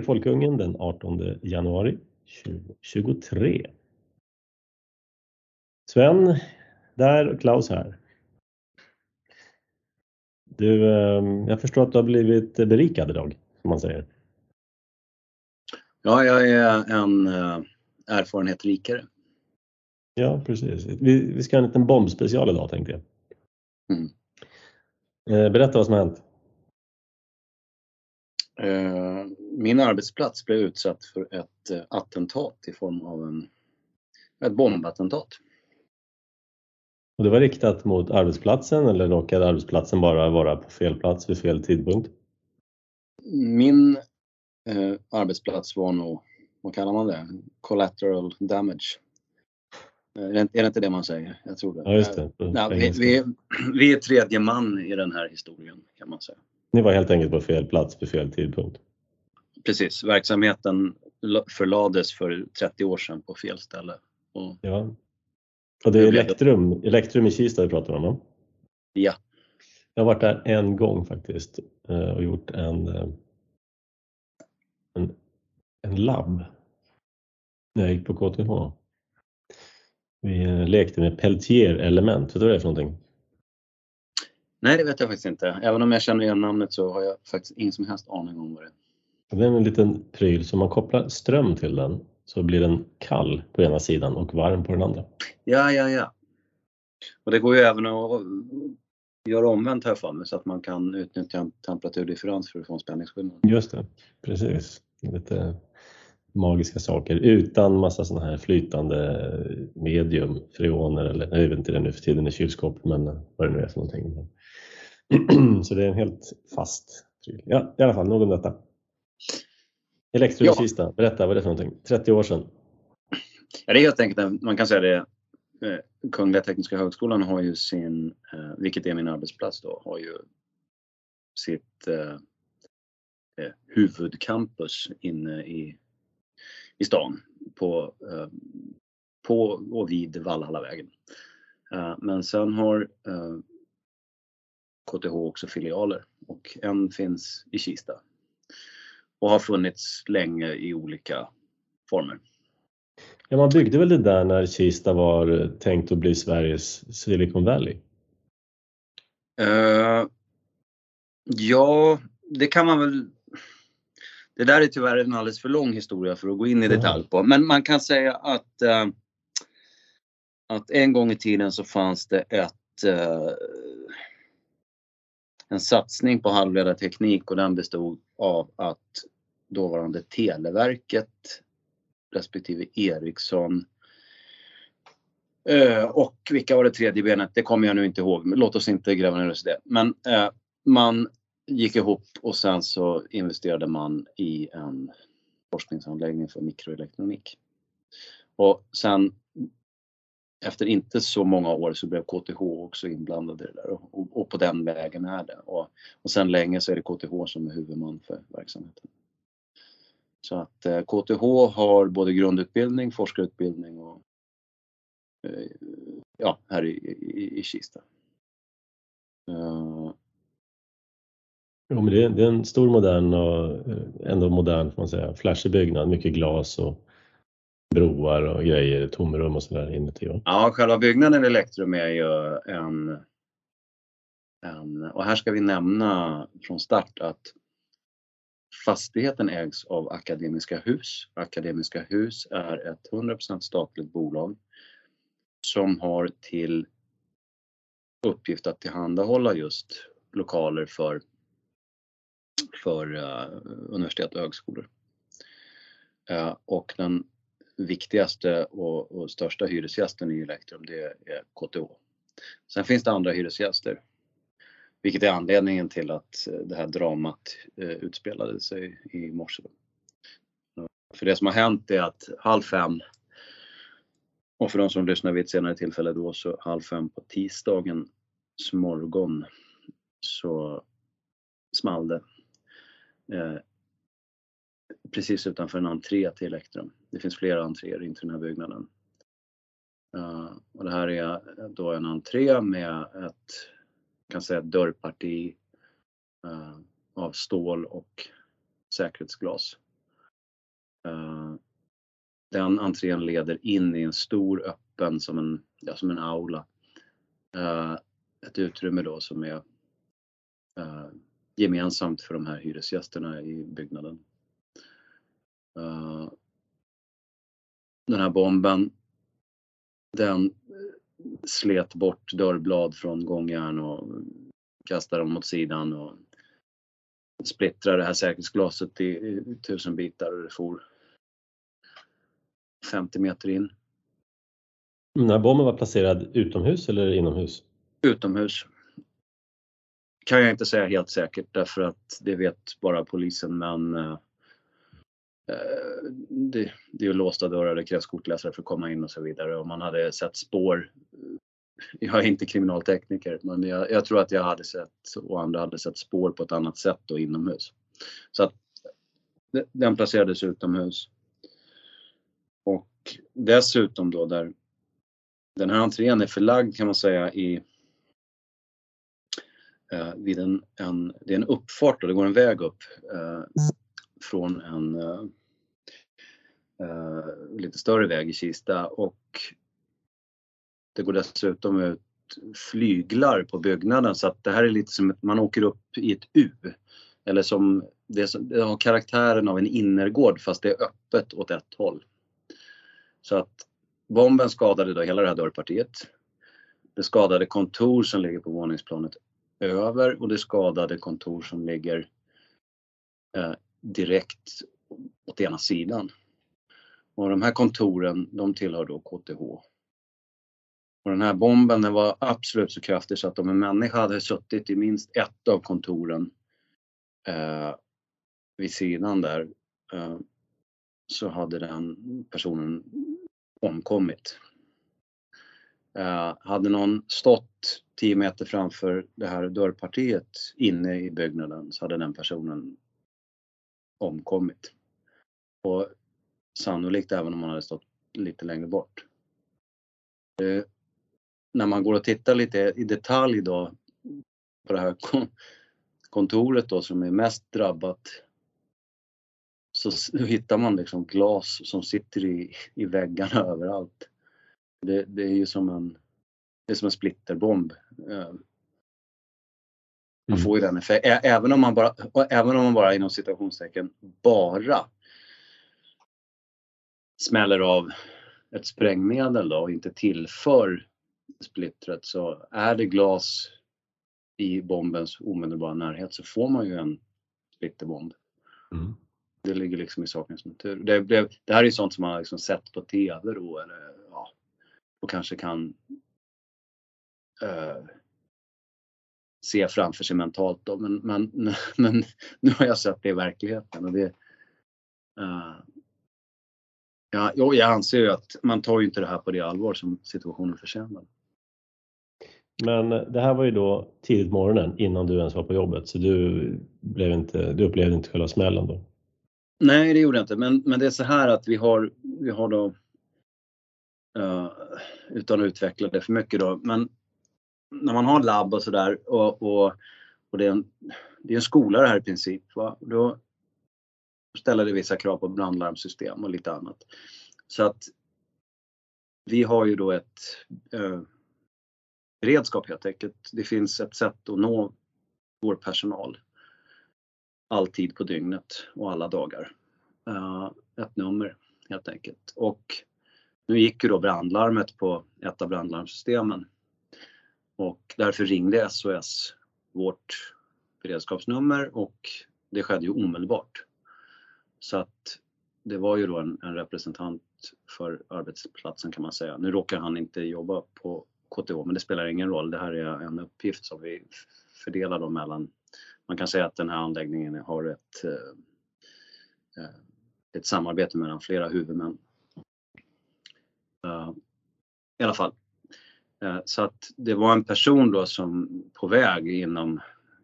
Folkungen den 18 januari 2023. Sven där och Klaus här. Du, jag förstår att du har blivit berikad idag, som man säger. Ja, jag är en erfarenhet rikare. Ja, precis. Vi ska ha en liten bombspecial idag, tänkte jag. Berätta vad som har hänt. Min arbetsplats blev utsatt för ett attentat i form av ett bombattentat. Och det var riktat mot arbetsplatsen, eller råkade arbetsplatsen bara vara på fel plats vid fel tidpunkt? Min arbetsplats var nog, vad kallar man det? Collateral damage. Är det inte det man säger? Jag tror det. Ja, just det. Vi är tredje man i den här historien, kan man säga. Ni var helt enkelt på fel plats vid fel tidpunkt. Precis, verksamheten förlades för 30 år sedan på fel ställe. Ja. Och det är Elektrum i Kista vi pratar om, va? Ja. Jag har varit där en gång faktiskt och gjort en labb när jag gick på KTH. Vi lekte med Peltier-element. Vet du vad det är för någonting? Nej, det vet jag faktiskt inte. Även om jag känner igen namnet så har jag faktiskt ingen som helst aning om vad det är. Det är en liten pryl som man kopplar ström till den, så blir den kall på ena sidan och varm på den andra. Ja. Och det går ju även att göra omvänt här för mig, så att man kan utnyttja en temperaturdifferens för att få en spänningsskillnad. Just det, precis. Lite magiska saker utan massa sådana här flytande medium, freoner eller jag vet inte det nu för tiden i kylskåp, men vad det nu är för någonting. Så det är en helt fast pryl. Ja, i alla fall, nog om detta. Elektrum i Kista, berätta vad det är för någonting. 30 år sedan. Ja, det är helt enkelt, man kan säga det. Kungliga Tekniska högskolan har ju sin, vilket är min arbetsplats då, har ju sitt huvudcampus inne i stan på och vid Valhallavägen. Men sen har KTH också filialer och en finns i Kista och har funnits länge i olika former. Ja, man byggde väl det där när Kista var tänkt att bli Sveriges Silicon Valley? Ja, det kan man väl. Det där är tyvärr en alldeles för lång historia för att gå in i detalj på. Men man kan säga att en gång i tiden så fanns det en satsning på halvledarteknik, och den bestod av att dåvarande Televerket respektive Ericsson och vilka var det tredje benet? Det kommer jag nu inte ihåg, men låt oss inte gräva ner oss i det. Men man gick ihop och sen så investerade man i en forskningsanläggning för mikroelektronik. Och sen efter inte så många år så blev KTH också inblandade i det där, och på den vägen är det. Och sen länge så är det KTH som är huvudman för verksamheten. Så att KTH har både grundutbildning, forskarutbildning och här i Kista. Ja, men det är en stor modern och ändå modern, får man säga, flashig byggnad, mycket glas och broar och grejer, tomrum och sådär inuti. Va? Ja, själva byggnaden Elektrum är ju och här ska vi nämna från start att fastigheten ägs av Akademiska Hus. Akademiska Hus är ett 100% statligt bolag som har till uppgift att tillhandahålla just lokaler för universitet och högskolor. Och den viktigaste och största hyresgästen i Elektrum, det är KTH. Sen finns det andra hyresgäster, vilket är anledningen till att det här dramat utspelade sig i morse. För det som har hänt är att 4:30, och för de som lyssnar vid ett senare tillfälle då, så 4:30 på tisdagens morgon så small det precis utanför en entré till Elektrum. Det finns flera entréer in till den här byggnaden. Och det här är då en entré med ett dörrparti av stål och säkerhetsglas. Den entrén leder in i en stor öppen som en aula. Ett utrymme då som är gemensamt för de här hyresgästerna i byggnaden. Den här bomben, den slet bort dörrblad från gångjärn och kastade dem mot sidan och splittrade det här säkerhetsglaset i 1000 bitar och det for 50 meter in. Den här bomben var placerad utomhus eller inomhus? Utomhus. Kan jag inte säga helt säkert därför att det vet bara polisen, men det är ju låsta dörrar, det krävs kortläsare för att komma in och så vidare. Och man hade sett spår. Jag är inte kriminaltekniker, men jag tror att jag hade sett och andra hade sett spår på ett annat sätt då inomhus. Så att den placerades utomhus. Och dessutom då där den här entrén är förlagd kan man säga vid det är en uppfart och det går en väg upp från en lite större väg i Kista, och det går dessutom ut flyglar på byggnaden, så att det här är lite som att man åker upp i ett U, eller som det har karaktären av en innergård fast det är öppet åt ett håll. Så att bomben skadade då hela det här dörrpartiet. Det skadade kontor som ligger på våningsplanet över och det skadade kontor som ligger direkt åt ena sidan. Och de här kontoren, de tillhör då KTH. Och den här bomben, den var absolut så kraftig så att om en människa hade suttit i minst ett av kontoren vid sidan där så hade den personen omkommit. Hade någon stått 10 meter framför det här dörrpartiet inne i byggnaden så hade den personen omkommit. Och sannolikt även om man hade stått lite längre bort. När man går och tittar lite i detalj då på det här kontoret då som är mest drabbat, så hittar man liksom glas som sitter i väggarna överallt. Det är ju som en splitterbomb. Man får ju den effekten. Även om man bara inom citationstecken bara smäller av ett sprängmedel då och inte tillför splittret, så är det glas i bombens omedelbara närhet så får man ju en splitterbomb. Mm. Det ligger liksom i sakens natur. Det här är ju sånt som man har liksom sett på tv då, eller ja, och kanske kan se framför sig mentalt då, men nu har jag sett det i verkligheten och det jag anser ju att man tar ju inte det här på det allvar som situationen förtjänar. Men det här var ju då tidigt morgonen innan du ens var på jobbet, så du upplevde inte själva smällen då? Nej, det gjorde jag inte, men det är så här att vi har då utan att utveckla det för mycket då, men när man har labb och sådär och det är en skola det här i princip, va? Då ställer det vissa krav på brandlarmsystem och lite annat. Så att vi har ju då ett beredskap helt enkelt. Det finns ett sätt att nå vår personal alltid på dygnet och alla dagar. Ett nummer helt enkelt. Och nu gick ju då brandlarmet på ett av brandlarmsystemen. Och därför ringde SOS vårt beredskapsnummer och det skedde ju omedelbart. Så att det var ju då en representant för arbetsplatsen kan man säga. Nu råkar han inte jobba på KTH, men det spelar ingen roll. Det här är en uppgift som vi fördelar då mellan. Man kan säga att den här anläggningen har ett samarbete mellan flera huvudmän. I alla fall. Så att det var en person då som på väg inom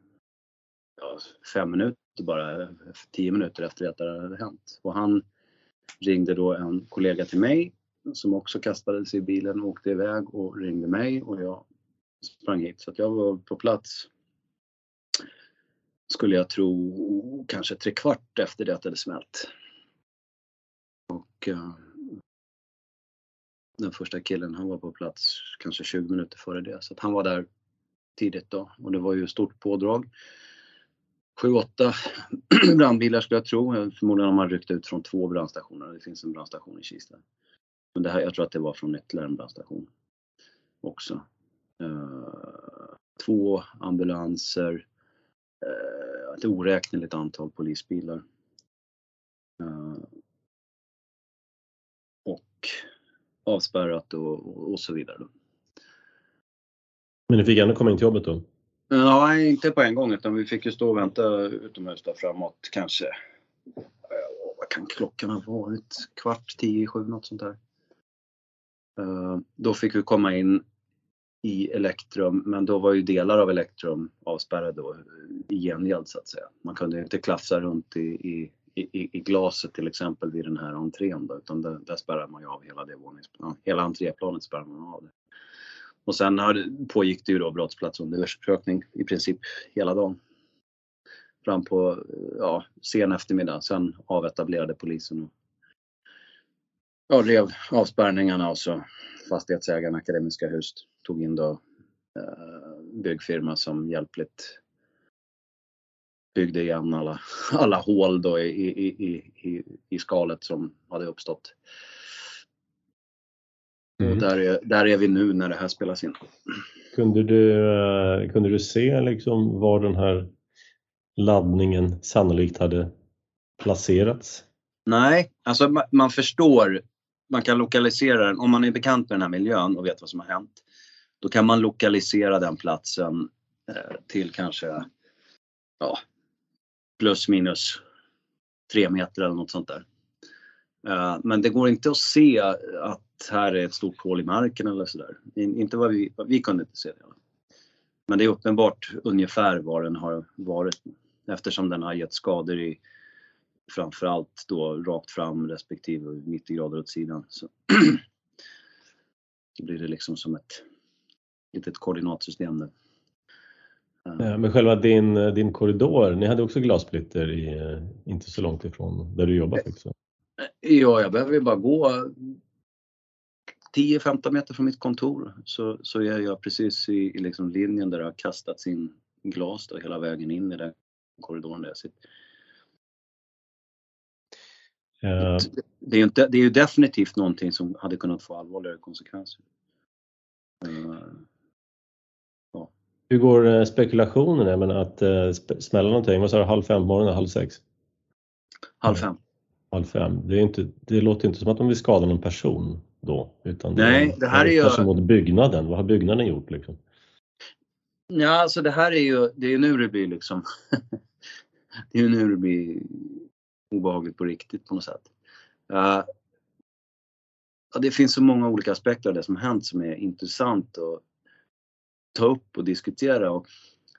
5 minuter, bara 10 minuter efter att det hade hänt. Och han ringde då en kollega till mig som också kastade sig i bilen och åkte iväg och ringde mig och jag sprang hit. Så att jag var på plats, skulle jag tro, kanske 3/4 efter det att det hade smält. Och den första killen, han var på plats kanske 20 minuter före det. Så att han var där tidigt då. Och det var ju stort pådrag. 7-8 brandbilar skulle jag tro. Förmodligen har man ryckt ut från 2 brandstationer. Det finns en brandstation i Kista. Men det här, jag tror att det var från ytterligare en brandstation också. 2 ambulanser. Ett oräkneligt antal polisbilar. Och avspärrat och så vidare. Men ni fick ändå komma in till jobbet då? Nej, inte på en gång, utan vi fick ju stå och vänta utomhus där framåt kanske. Vad kan klockan ha varit? 8:45, något sånt där. Då fick vi komma in i Elektrum, men då var ju delar av Elektrum avspärrade då i gengäld så att säga. Man kunde inte klafsa runt i glaset till exempel vid den här entrén då, utan där spärrar man ju av hela entréplanet spärrar man av det. Och sen pågick det ju då brottsplatsundersökning i princip hela dagen. Fram på sen eftermiddag. Sen avetablerade polisen och rev avspärrningarna, och så fastighetsägarna Akademiska Hus tog in då byggfirma som hjälpligt byggde igen alla hål då i skalet som hade uppstått. Och där är vi nu när det här spelas in. Kunde du se liksom var den här laddningen sannolikt hade placerats? Nej, alltså man förstår, man kan lokalisera den, om man är bekant med den här miljön och vet vad som har hänt. Då kan man lokalisera den platsen till kanske plus minus 3 meter eller något sånt där. Men det går inte att se att här är ett stort hål i marken eller sådär. Inte vad vi kunde inte se det. Men det är uppenbart ungefär var den har varit, eftersom den har gett skador i framförallt då rakt fram respektive 90 grader åt sidan. Så då blir det liksom som ett litet koordinatsystem där. Men själva din korridor, ni hade också glassplitter inte så långt ifrån där du jobbar också. Ja, jag behöver ju bara gå 10-15 meter från mitt kontor, så är jag precis i liksom linjen där det har kastats in glas då, hela vägen in i den korridoren där jag sitter. Det är ju definitivt någonting som hade kunnat få allvarligare konsekvenser. Hur går spekulationen med att smälla någonting? Vad sa du, 4:30 på morgonen, 4:30? 4:30. 4:30. Det låter inte som att de vill skada någon person då, utan det här är ju kanske mot byggnaden. Vad har byggnaden gjort liksom? Ja, alltså det är ju nu det blir liksom det är ju nu det blir obehagligt på riktigt på något sätt. Det finns så många olika aspekter av det som har hänt som är intressant att ta upp och diskutera. Och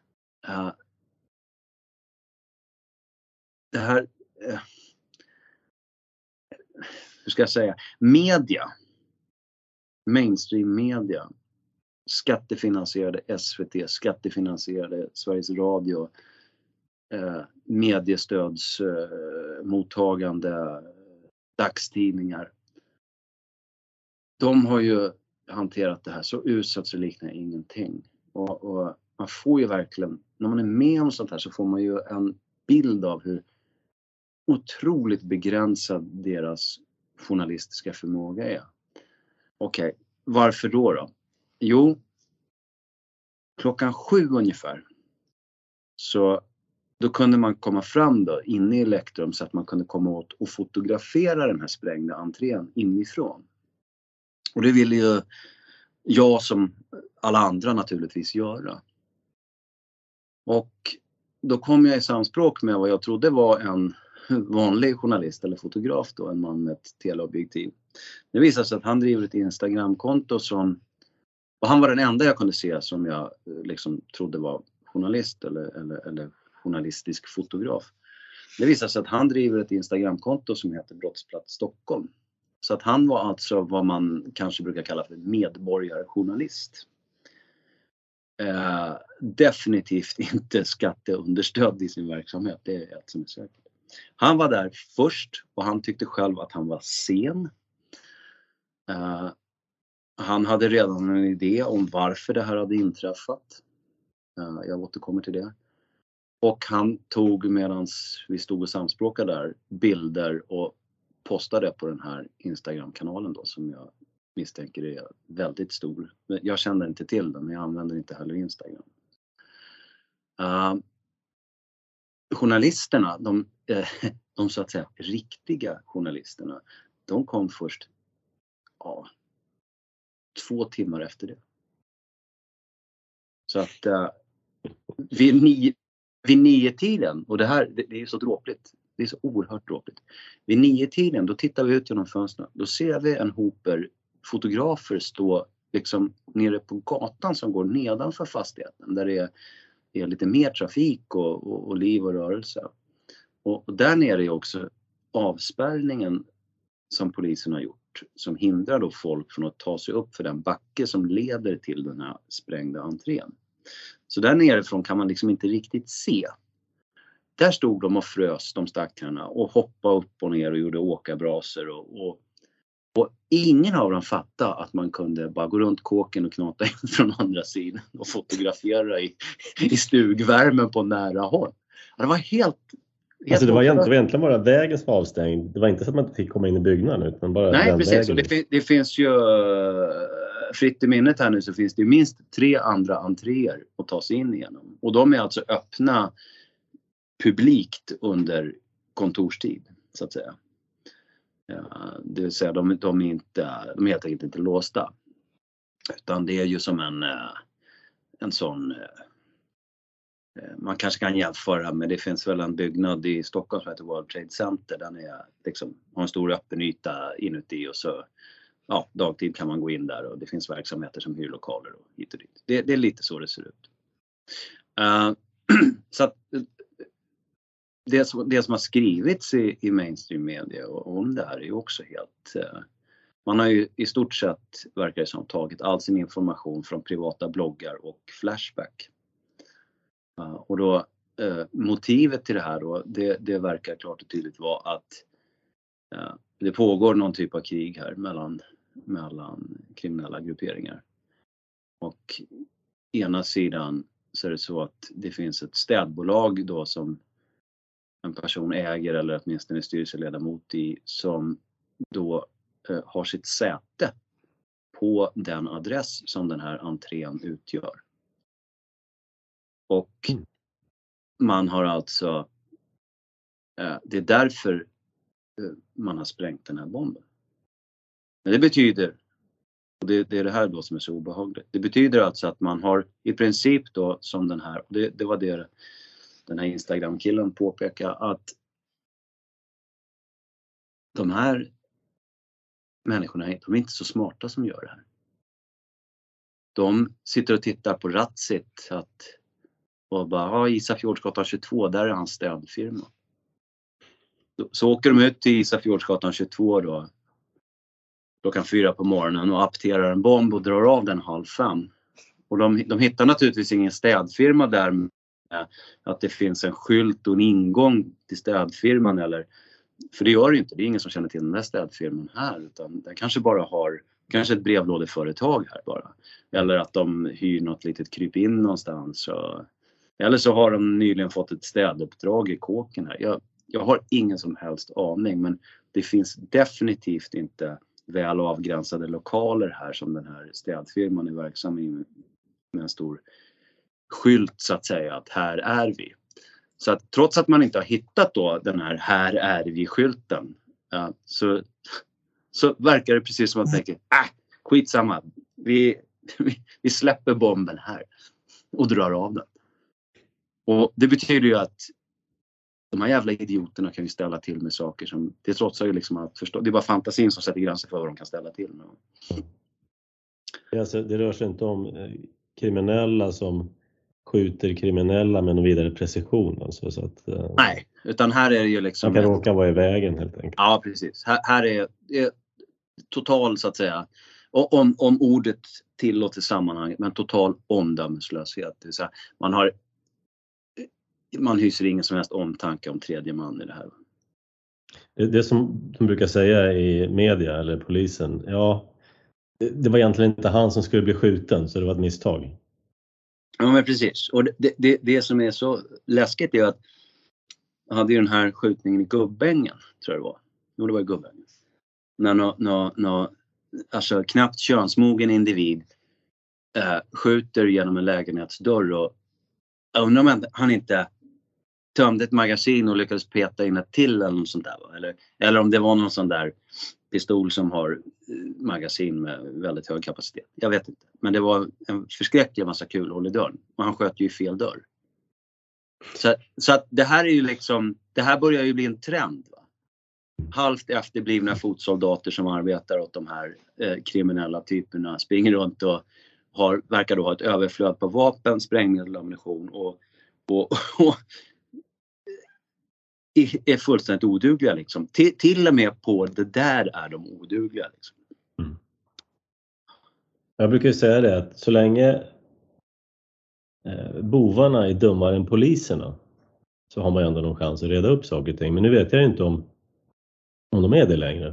det här, hur ska jag säga, mainstream media, skattefinansierade SVT, skattefinansierade Sveriges Radio, mediestödsmottagande dagstidningar. De har ju hanterat det här så usatt så liknar ingenting. Och man får ju verkligen, när man är med om sånt här så får man ju en bild av hur otroligt begränsad deras journalistiska förmåga är. Okej, varför då? Jo, 7:00 ungefär. Så då kunde man komma fram då inne i Elektrum så att man kunde komma åt och fotografera den här sprängda entrén inifrån. Och det ville ju jag som alla andra naturligtvis göra. Och då kom jag i samspråk med vad jag trodde var en vanlig journalist eller fotograf då, en man med ett teleobjektiv. Det visade sig att han driver ett Instagramkonto och han var den enda jag kunde se som jag liksom trodde var journalist eller journalistisk fotograf. Det visade sig att han driver ett Instagramkonto som heter Brottsplats Stockholm. Så att han var alltså vad man kanske brukar kalla för medborgarjournalist. Definitivt inte skatteunderstöd i sin verksamhet, det är ett som är säkert. Han var där först och han tyckte själv att han var sen. Han hade redan en idé om varför det här hade inträffat. Jag återkommer till det. Och han tog, medan vi stod och samspråkade där, bilder och postade på den här Instagram-kanalen då, som jag misstänker är väldigt stor. Jag känner inte till den, men jag använder inte heller Instagram. Journalisterna, de så att säga riktiga journalisterna, de kom först 2 timmar efter det. Så att vid 9-tiden, och det här det är så dråpligt, det är så oerhört dråpligt. Vid 9-tiden då tittar vi ut genom fönstren, då ser vi en hoper fotografer stå liksom nere på gatan som går nedanför fastigheten, där det är lite mer trafik och liv och rörelse. Och där nere är också avspärrningen som polisen har gjort, som hindrar då folk från att ta sig upp för den backe som leder till den här sprängda entrén. Så där nerifrån kan man liksom inte riktigt se. Där stod de och frös, de stackarna, och hoppade upp och ner och gjorde åkarbraser och ingen av dem fattade att man kunde bara gå runt kåken och knata in från andra sidan och fotografera i stugvärmen på nära håll. Det var helt alltså det var egentligen bara vägen som var avstängd. Det var inte så att man inte fick komma in i byggnaden, utan bara nej, den precis. vägen. Och det finns ju, fritt i minnet här nu, så finns det ju minst 3 andra entréer att ta sig in igenom. Och de är alltså öppna publikt under kontorstid, så att säga. Det vill säga de är helt enkelt inte låsta. Utan det är ju som en sån, man kanske kan jämföra, men det finns väl en byggnad i Stockholm som heter World Trade Center. Den är liksom, har en stor öppen yta inuti, och så dagtid kan man gå in där, och det finns verksamheter som hyrlokaler och hit och dit. Det är lite så det ser ut. Så att det som har skrivits i mainstream media om det här är ju också helt... Man har ju i stort sett, verkar det som, tagit all sin information från privata bloggar och Flashback. Och då motivet till det här då, det verkar klart och tydligt vara att det pågår någon typ av krig här mellan kriminella grupperingar. Och ena sidan så är det så att det finns ett städbolag då som en person äger, eller åtminstone styrelseledamot i, som då har sitt säte på den adress som den här entrén utgör. Och man har alltså, det är därför man har sprängt den här bomben. Men det betyder, och det är det här då som är så obehagligt, det betyder alltså att man har i princip då, som den här, och det var det den här Instagram-killen påpekar, att de här människorna, de är inte så smarta som gör det här. De sitter och tittar på Ratsit och bara, Isafjordsgatan 22, där är hans städfirma. Så åker de ut till Isafjordsgatan 22 då, klockan 4 på morgonen, och apterar en bomb och drar av den 4:30. Och de hittar naturligtvis ingen städfirma där, med att det finns en skylt och en ingång till städfirman, eller, för det gör det ju inte, det är ingen som känner till den där städfirman här, utan den kanske bara har ett brevlådeföretag här bara, eller att de hyr något litet kryp in någonstans, eller så har de nyligen fått ett städuppdrag i kåken här. Jag har ingen som helst aning, men det finns definitivt inte väl avgränsade lokaler här som den här städfirman är verksam i, med en stor skylt så att säga, att här är vi. Så att trots att man inte har hittat då den här är vi-skylten, så verkar det precis som att man tänker, skitsamma, vi släpper bomben här och drar av den. Och det betyder ju att de här jävla idioterna kan ju ställa till med saker som, det trotsar ju liksom att förstå, det är bara fantasin som sätter gränser för vad de kan ställa till med. Alltså, det rör sig inte om kriminella som skjuter kriminella med någon vidare precision. Alltså, så att, nej, utan här är det ju liksom... Man kan råka vara i vägen helt enkelt. Ja, precis. Här är total, så att säga, om ordet tillåter sammanhanget, men total omdömeslöshet. Det vill säga, man hyser ingen som helst omtanke om tredje man i det här. Det som de brukar säga i media eller polisen, ja, det var egentligen inte han som skulle bli skjuten, så det var ett misstag. Ja, men precis. Och det som är så läskigt är att jag hade ju den här skjutningen i Gubbängen, tror jag det var. Jo, det var i Gubbängen. När alltså knappt könsmogen individ skjuter genom en lägenhetsdörr, och jag undrar om han inte tömde ett magasin och lyckades peta in ett till eller något sånt där. Eller om det var någon sån där pistol som har magasin med väldigt hög kapacitet. Jag vet inte. Men det var en förskräcklig massa kulhål i dörren. Och han sköt ju i fel dörr. Så att det här är ju liksom, det här börjar ju bli en trend. Va? Halvt efterblivna fotsoldater som arbetar åt de här kriminella typerna springer runt och verkar då ha ett överflöd på vapen, sprängmedel och ammunition och är fullständigt odugliga liksom. Till och med på det där är de odugliga liksom. Jag brukar ju säga det att så länge bovarna är dummare än poliserna så har man ju ändå någon chans att reda upp saker och ting. Men nu vet jag inte om de är det längre.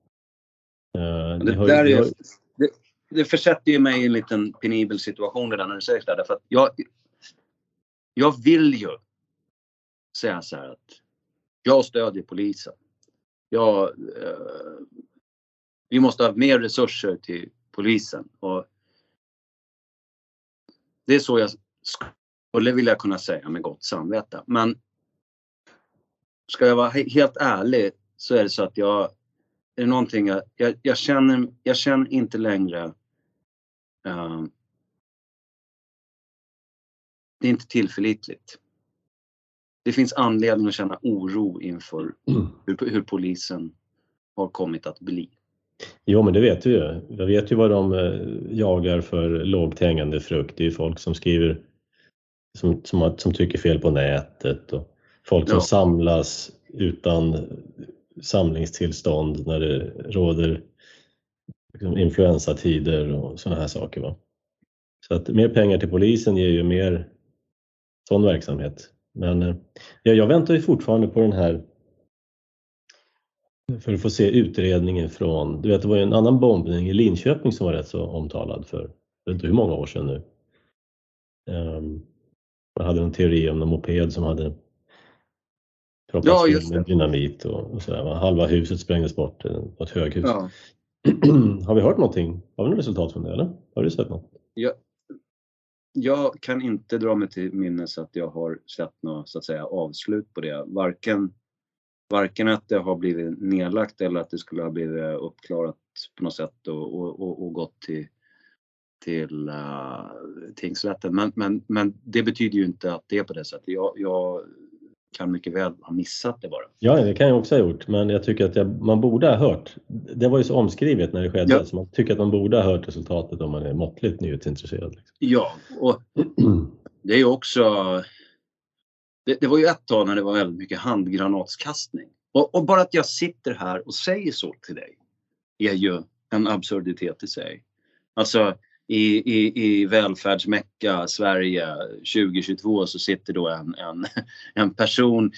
Det försätter ju mig i en liten penibel situation där när du säger det. Därför att jag vill ju säga så här att jag stödjer polisen. Vi måste ha mer resurser till polisen. Och det är så jag skulle vilja kunna säga med gott samvete. Men ska jag vara helt ärlig så är det så att det är någonting jag känner inte längre. Det är inte tillförlitligt. Det finns anledning att känna oro inför hur polisen har kommit att bli. Jo, men det vet vi ju. Jag vet ju vad de jagar för lågt hängande frukt. Det är ju folk som skriver som tycker fel på nätet och folk som samlas utan samlingstillstånd när det råder liksom influensatider och sådana här saker. Va? Så att mer pengar till polisen ger ju mer sån verksamhet. Men jag väntar ju fortfarande på den här för att få se utredningen från, du vet det var ju en annan bombning i Linköping som var rätt så omtalad för jag vet inte hur många år sedan nu. Man hade en teori om en moped som hade proppats med dynamit och sådär. Halva huset sprängdes bort på ett höghus. Ja. Har vi hört någonting? Har vi något resultat från det eller? Har du sett något? Jag kan inte dra mig till minnes att jag har sett något så att säga avslut på det. Varken att det har blivit nedlagt eller att det skulle ha blivit uppklarat på något sätt och gått till tingsrätten. Men det betyder ju inte att det är på det sättet. Jag kan mycket väl ha missat det bara. Ja, det kan jag också ha gjort. Men jag tycker att man borde ha hört. Det var ju så omskrivet när det skedde. Ja. Så man tycker att man borde ha hört resultatet om man är måttligt nyhetsintresserad. Liksom. Ja, och det är ju också... Det var ju ett tag när det var väldigt mycket handgranatskastning. Och bara att jag sitter här och säger så till dig är ju en absurditet i sig. Alltså i välfärdsmäcka Sverige 2022 så sitter då en person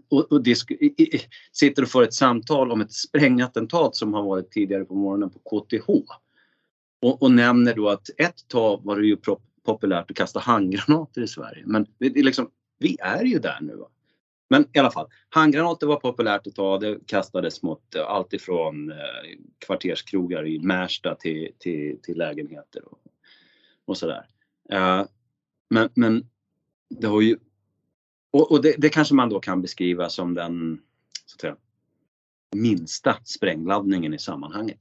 sitter och får ett samtal om ett sprängattentat som har varit tidigare på morgonen på KTH. Och nämner då att ett tag var det ju populärt att kasta handgranater i Sverige. Men det är liksom, vi är ju där nu. Va? Men i alla fall, handgranater var populärt att ta. Det kastades mot allt ifrån kvarterskrogar i Märsta till lägenheter och sådär. Men det har ju... Och det kanske man då kan beskriva som den så att säga, minsta sprängladdningen i sammanhanget.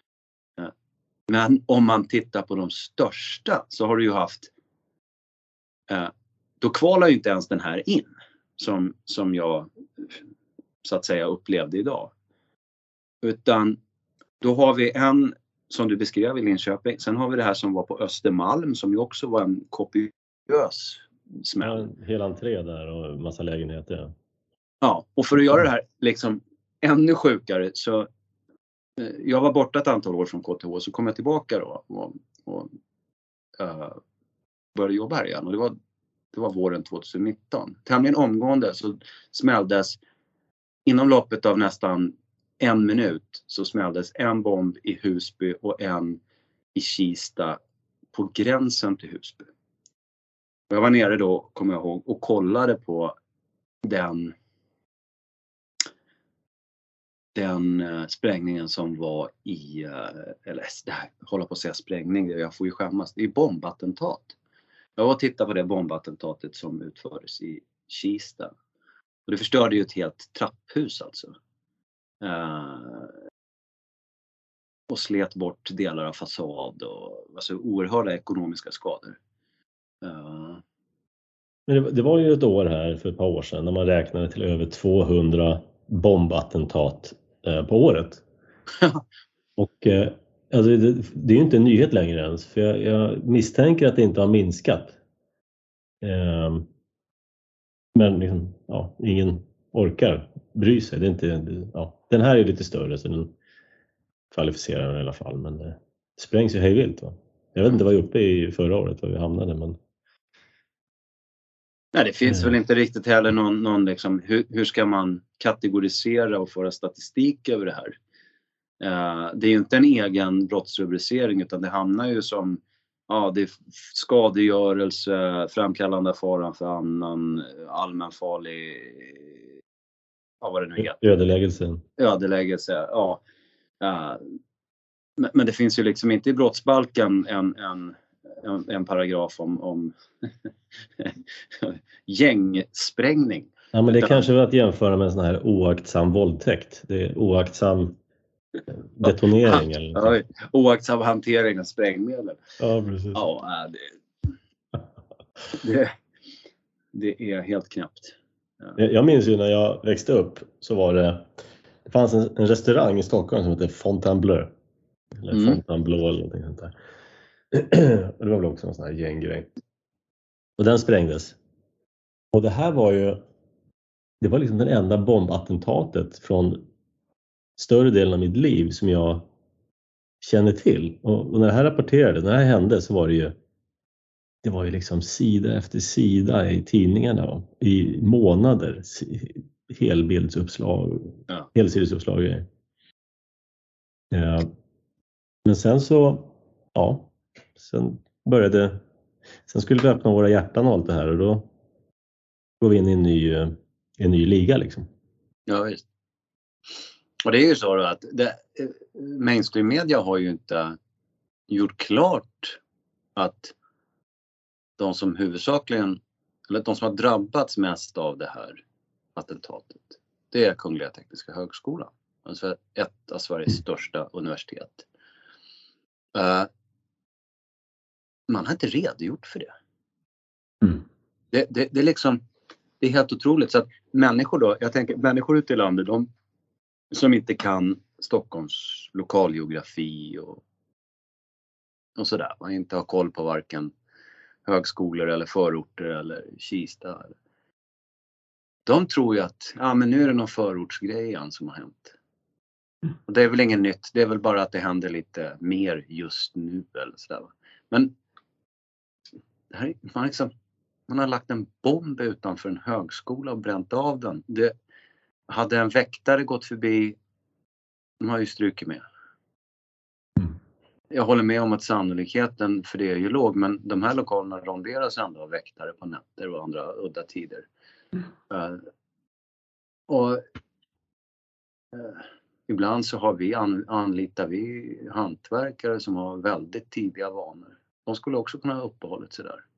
Men om man tittar på de största så har du ju haft... Då kvalar ju inte ens den här in. Som jag så att säga upplevde idag. Utan då har vi en som du beskrev i Linköping. Sen har vi det här som var på Östermalm som ju också var en kopiös smäll. Ja, hela entré där och massa lägenheter. Ja. Ja, och för att göra det här liksom ännu sjukare så jag var borta ett antal år från KTH så kom jag tillbaka då och började jobba här igen och det var våren 2019. Tämligen omgående så smälldes inom loppet av nästan 1 minut så smälldes en bomb i Husby och en i Kista på gränsen till Husby. Jag var nere då, kommer jag ihåg, och kollade på den sprängningen som var i, eller det här, hålla på att säga sprängning, jag får ju skämmas, det är bombattentat. Jag var och tittade på det bombattentatet som utfördes i Kista. Och det förstörde ju ett helt trapphus alltså. Och slet bort delar av fasad och alltså oerhörda ekonomiska skador. Men det var ju ett år här för ett par år sedan när man räknade till över 200 bombattentat på året. Och alltså det är ju inte en nyhet längre ens, för jag misstänker att det inte har minskat. Men liksom, ja, ingen orkar bry sig. Det är inte, ja, den här är lite större så den kvalificerar den i alla fall, men det sprängs ju hejvilt. Va? Jag vet inte vad jag uppe i förra året, var vi hamnade, men... Nej, det finns väl inte riktigt heller någon liksom, hur ska man kategorisera och föra statistik över det här? Det är ju inte en egen brottsrubricering, utan det hamnar ju som det är skadegörelse, framkallande av faran för annan, allmänfarlig, vad det nu heter. Ödeläggelse, ja. Men det finns ju liksom inte i brottsbalken en paragraf om gängsprängning. Ja, men det kanske var att jämföra med en sån här oaktsam våldtäkt. Det är oaktsam detonering eller något. Oaktsam hantering av sprängmedel. Ja, precis. Ja, det är helt knappt. Ja. Jag minns ju när jag växte upp så var det fanns en restaurang i Stockholm som heter Fontainebleau. Eller Fontainebleau eller någonting sånt där. Och det var väl också en sån här gänggrej. Och den sprängdes. Och det här var ju, det var liksom den enda bombattentatet från större delen av mitt liv som jag känner till. Och när det här rapporterades, när det här hände, så var det var ju liksom sida efter sida i tidningarna i månader, helbildsuppslag, helsidesuppslag. Men sen så, sen skulle vi öppna våra hjärtan och allt det här, och då går vi in i en ny liga liksom. Ja, visst. Och det är ju så då att mainstream media har ju inte gjort klart att de som huvudsakligen, eller de som har drabbats mest av det här attentatet, det är Kungliga Tekniska Högskolan. Alltså ett av Sveriges största universitet. Man har inte redogjort för det. Det är liksom, det är helt otroligt. Så att människor då, jag tänker människor ute i landet, de som inte kan Stockholms lokalgeografi och sådär. Man inte har koll på varken högskolor eller förorter eller Kista. De tror ju att men nu är det någon förortsgrej igen som har hänt. Och det är väl inget nytt. Det är väl bara att det händer lite mer just nu eller sådär. Men det här, man har lagt en bomb utanför en högskola och bränt av den. Det hade en väktare gått förbi, de har ju strukit med. Jag håller med om att sannolikheten för det är ju låg, men de här lokalerna ronderas ändå av väktare på nätter och andra udda tider. Ibland så har anlitar vi hantverkare som har väldigt tidiga vanor. De skulle också kunna ha uppehållit sig där.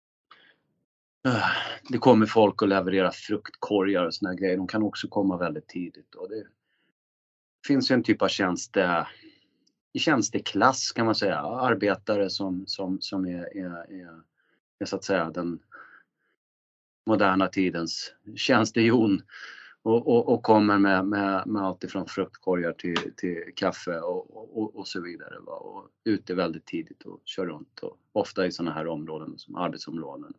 Det kommer folk och levererar fruktkorgar och såna grejer. De kan också komma väldigt tidigt. Och det finns ju en typ av tjänsteklass kan man säga. Arbetare som är så att säga den moderna tidens tjänstehjon. Och kommer med allt ifrån fruktkorgar till kaffe och så vidare. Va? Och ute väldigt tidigt och kör runt. Och ofta i sådana här områden som arbetsområden.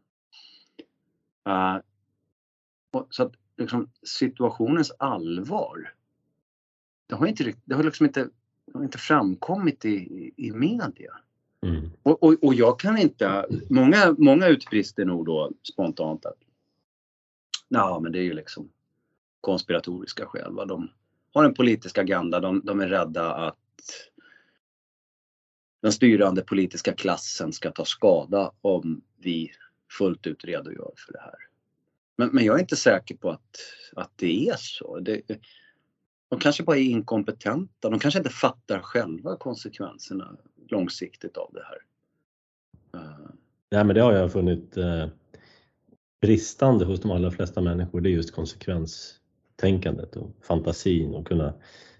Så att liksom, situationens allvar, det har liksom inte framkommit i media. Och jag kan inte, många utbrister nog då spontant att men det är ju liksom konspiratoriska skäl. Va? De har en politisk agenda. De är rädda att den styrande politiska klassen ska ta skada om vi fullt ut redogör för det här. Men jag är inte säker på att det är så. De kanske bara är inkompetenta. De kanske inte fattar själva konsekvenserna långsiktigt av det här. Ja, men det har jag funnit bristande hos de allra flesta människor. Det är just konsekvenstänkandet och fantasin och kunna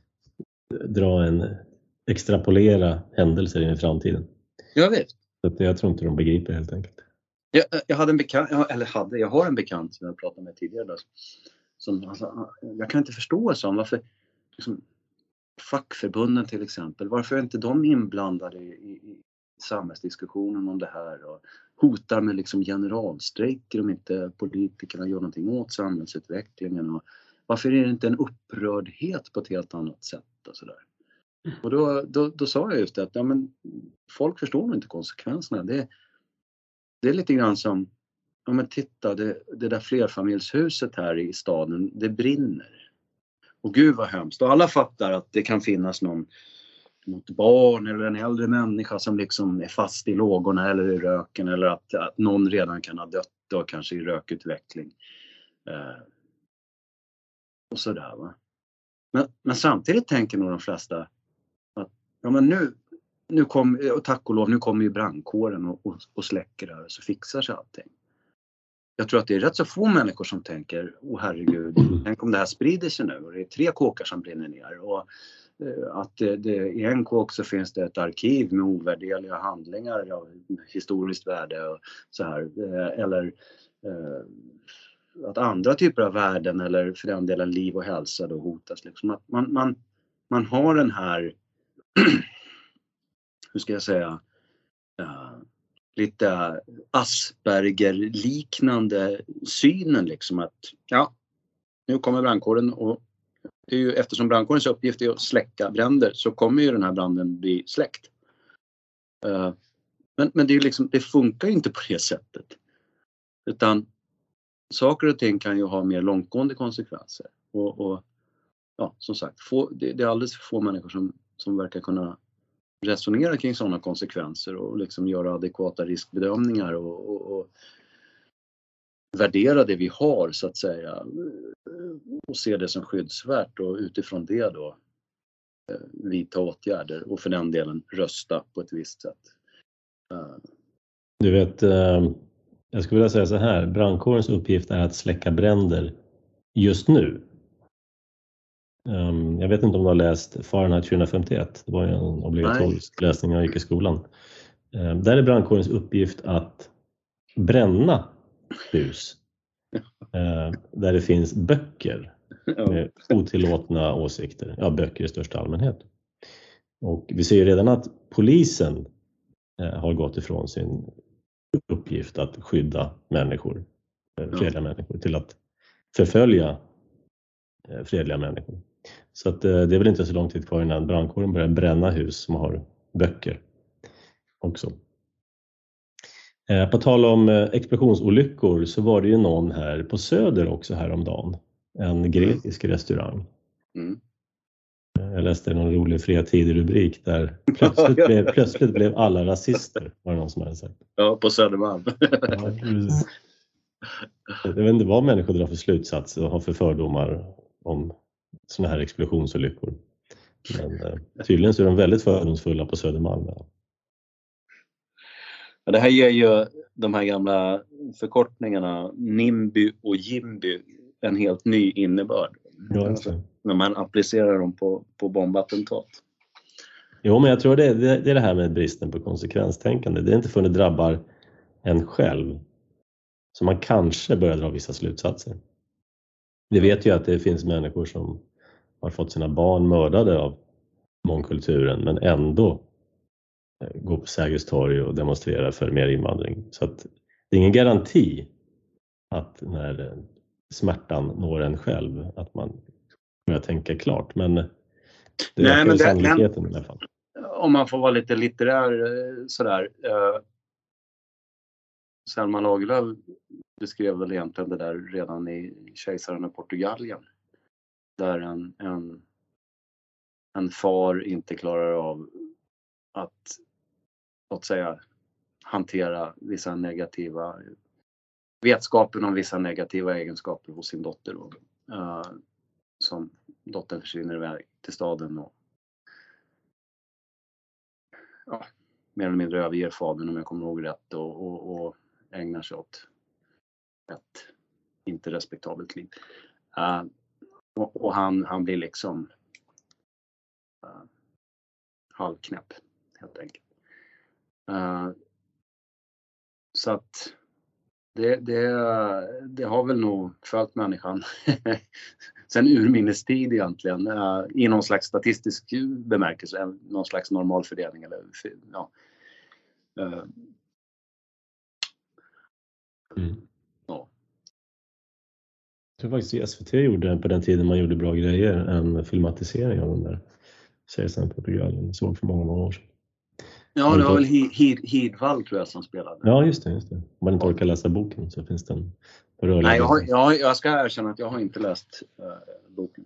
extrapolera händelser in i framtiden. Jag vet. Så jag tror inte de begriper helt enkelt. Jag har en bekant som jag pratade med tidigare då, som alltså, jag kan inte förstå varför liksom, fackförbunden till exempel, varför är inte de inblandade i samhällsdiskussionen om det här och hotar med liksom generalstrejker om inte politikerna gör någonting åt samhällsutvecklingen, och varför är det inte en upprördhet på ett helt annat sätt och sådär. Och då sa jag just det att ja, men folk förstår nog inte konsekvenserna. Det är lite grann som, ja men titta, det där flerfamiljshuset här i staden, det brinner. Och gud vad hemskt. Och alla fattar att det kan finnas något barn eller en äldre människa som liksom är fast i lågorna eller i röken, eller att någon redan kan ha dött och kanske i rökutveckling. Och sådär va. Men samtidigt tänker nog de flesta att ja men nu kommer, och tack och lov, nu kommer ju brandkåren och släcker det här och så fixar sig allting. Jag tror att det är rätt så få människor som tänker, herregud, tänk om det här sprider sig nu och det är 3 kåkar som brinner ner, och att i en kåk så finns det ett arkiv med ovärderliga handlingar av historiskt värde och så här, eller att andra typer av värden eller för den delen liv och hälsa då hotas liksom. Att man har den här hur ska jag säga, lite Asperger-liknande synen liksom, att ja, nu kommer brandkåren, och det är ju, eftersom brandkårens uppgift är att släcka bränder, så kommer ju den här branden bli släckt. Men det är liksom, det funkar ju inte på det sättet, utan saker och ting kan ju ha mer långtgående konsekvenser, och ja, som sagt, det är alldeles för få människor som verkar kunna resonera kring sådana konsekvenser och liksom göra adekvata riskbedömningar och värdera det vi har så att säga, och se det som skyddsvärt, och utifrån det då vidta åtgärder och för den delen rösta på ett visst sätt. Du vet, jag skulle vilja säga så här, brandkårens uppgift är att släcka bränder just nu. Jag vet inte om du har läst Fahrenheit 451, det var ju en obligatorisk läsning när jag gick i skolan. Där är brandkårens uppgift att bränna hus där det finns böcker med otillåtna åsikter, ja, böcker i största allmänhet. Och vi ser ju redan att polisen har gått ifrån sin uppgift att skydda människor, fredliga människor, till att förfölja fredliga människor. Så att det är väl inte så lång tid kvar innan brandkåren börjar bränna hus som har böcker också. På tal om explosionsolyckor så var det ju någon här på Söder också häromdagen. En grekisk restaurang. Mm. Jag läste någon rolig Fria Tider-rubrik där plötsligt blev alla rasister, var det någon som hade sagt. Ja, på Södermalm. Ja, jag vet inte vad människor drar för slutsatser och har för fördomar om såna här explosionsolyckor. Men tydligen så är de väldigt fördomsfulla på Södermalm. Ja, det här ger ju de här gamla förkortningarna NIMBY och JIMBY en helt ny innebörd. Ja, när man applicerar dem på bombattentat. Jo, men jag tror det är det här med bristen på konsekvenstänkande. Det är inte förrän det drabbar en själv så man kanske börjar dra vissa slutsatser. Vi vet ju att det finns människor som har fått sina barn mördade av mångkulturen men ändå går på Sergels torg och demonstrerar för mer invandring. Så att det är ingen garanti att när smärtan når en själv att man börjar tänka klart. Men det ökar sannolikheten i alla fall. Om man får vara lite litterär sådär. Selma Lagerlöf beskrev väl egentligen det där redan i Kejsaren av Portugalien. där en far inte klarar av att, låt säga, hantera vissa negativa vetskapen om vissa negativa egenskaper hos sin dotter då, som dottern försvinner iväg till staden och mer eller mindre överger fadern, om jag kommer ihåg rätt, och ägnar sig åt ett inte respektabelt liv. Och han blir liksom halvknäpp helt enkelt. Så att det har väl nog följt människan sen urminnestid egentligen, i någon slags statistisk bemärkelse, någon slags normalfördelning eller ja. Ja. Jag tror faktiskt SVT gjorde på den tiden man gjorde bra grejer en filmatisering av den där Kejsaren på Portugal, såg för många år sedan. Ja, det var väl Hidvall tror jag som spelade. Ja, just det. Om man inte orkar läsa boken så finns den rörlig. Nej, jag ska erkänna att jag har inte läst boken.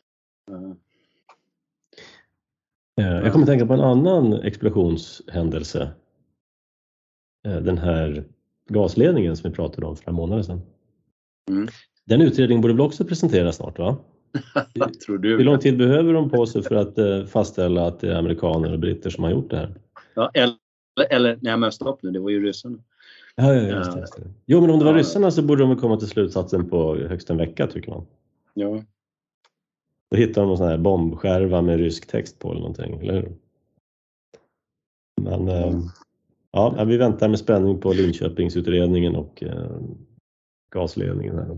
Jag kommer tänka på en annan explosionshändelse. Den här gasledningen som vi pratade om för några månader sedan. Den utredningen borde väl också presenteras snart, va? Vad tror du? Hur lång tid behöver de på sig för att fastställa att det är amerikaner och britter som har gjort det här? Ja, eller nej, men stopp nu, det var ju ryssarna. Ja, just det. Jo, men om det var ryssarna så borde de komma till slutsatsen på högst en vecka, tycker man. Ja. Då hittar de någon sån här bombskärva med rysk text på eller någonting, eller hur? Men ja, vi väntar med spänning på Linköpingsutredningen och gasledningen här.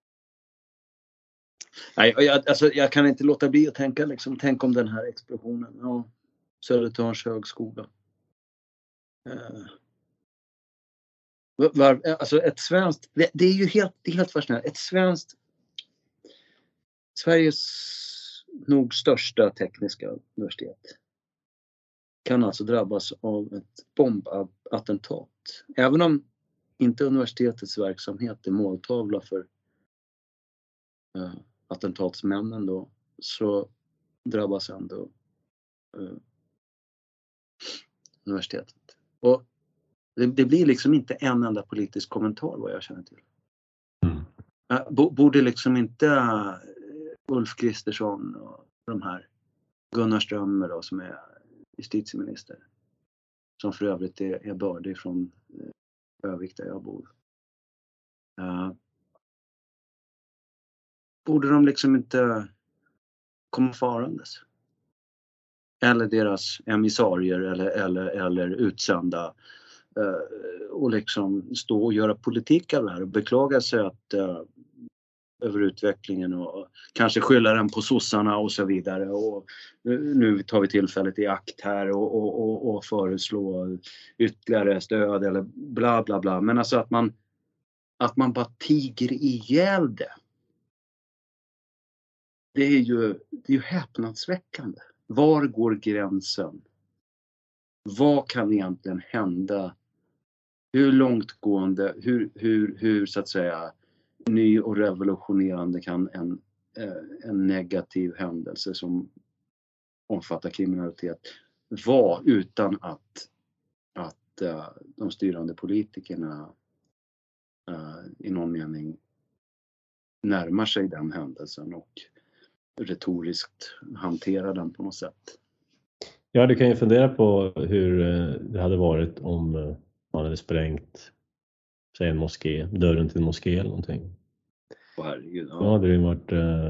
Nej, jag kan inte låta bli att tänka liksom, tänk om den här explosionen. Ja, Södertörns högskola. Alltså ett svenskt, det är ju helt fascinerande. Ett svenskt, Sveriges nog största tekniska universitet kan alltså drabbas av ett bombattentat. Även om inte universitetets verksamhet är måltavla för attentatsmännen då, så drabbas ändå universitetet. Och det blir liksom inte en enda politisk kommentar vad jag känner till. Borde liksom inte Ulf Kristersson och de här Gunnar Strömmer då, som är justitieminister, som för övrigt är bördig från Övik där jag bor. Borde de liksom inte komma farandes? Eller deras emissarier eller utsända och liksom stå och göra politik av det här och beklaga sig över utvecklingen och kanske skylla den på sossarna och så vidare, och nu tar vi tillfället i akt här och föreslå ytterligare stöd eller bla bla bla, men alltså att man bara tiger ihjäl det. Det är ju häpnadsväckande. Var går gränsen? Vad kan egentligen hända? Hur långtgående, hur så att säga ny och revolutionerande kan en negativ händelse som omfattar kriminalitet vara utan att de styrande politikerna i någon mening närmar sig den händelsen och retoriskt hanterar den på något sätt. Ja, du kan ju fundera på hur det hade varit om man hade sprängt, säg en moské, dörren till en moské eller någonting. Herregud, ja. Då hade det ju varit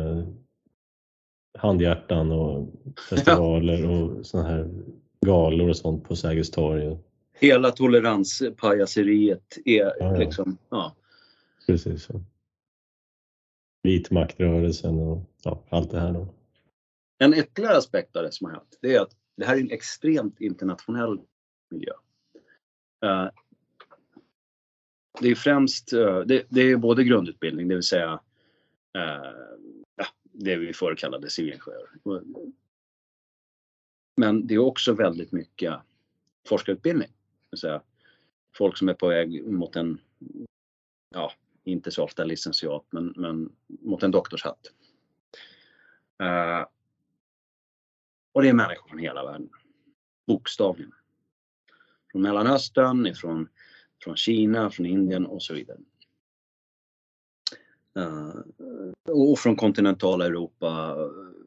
handhjärtan och festivaler och såna här galor och sånt på Sergels torg. Hela toleranspajaseriet är liksom, ja. Precis så. Vit maktrörelsen och allt det här då. En ytterligare aspekt av det som har hänt, det är att det här är en extremt internationell miljö. Det är främst, det är både grundutbildning, det vill säga det vi förr kallade civilingenjörer. Men det är också väldigt mycket forskarutbildning. Det vill säga folk som är på väg mot en, inte så ofta licentiat, men mot en doktorshatt. Och det är människor från hela världen. Bokstavligen. Från Mellanöstern, från Kina, från Indien och så vidare. Och från kontinentala Europa.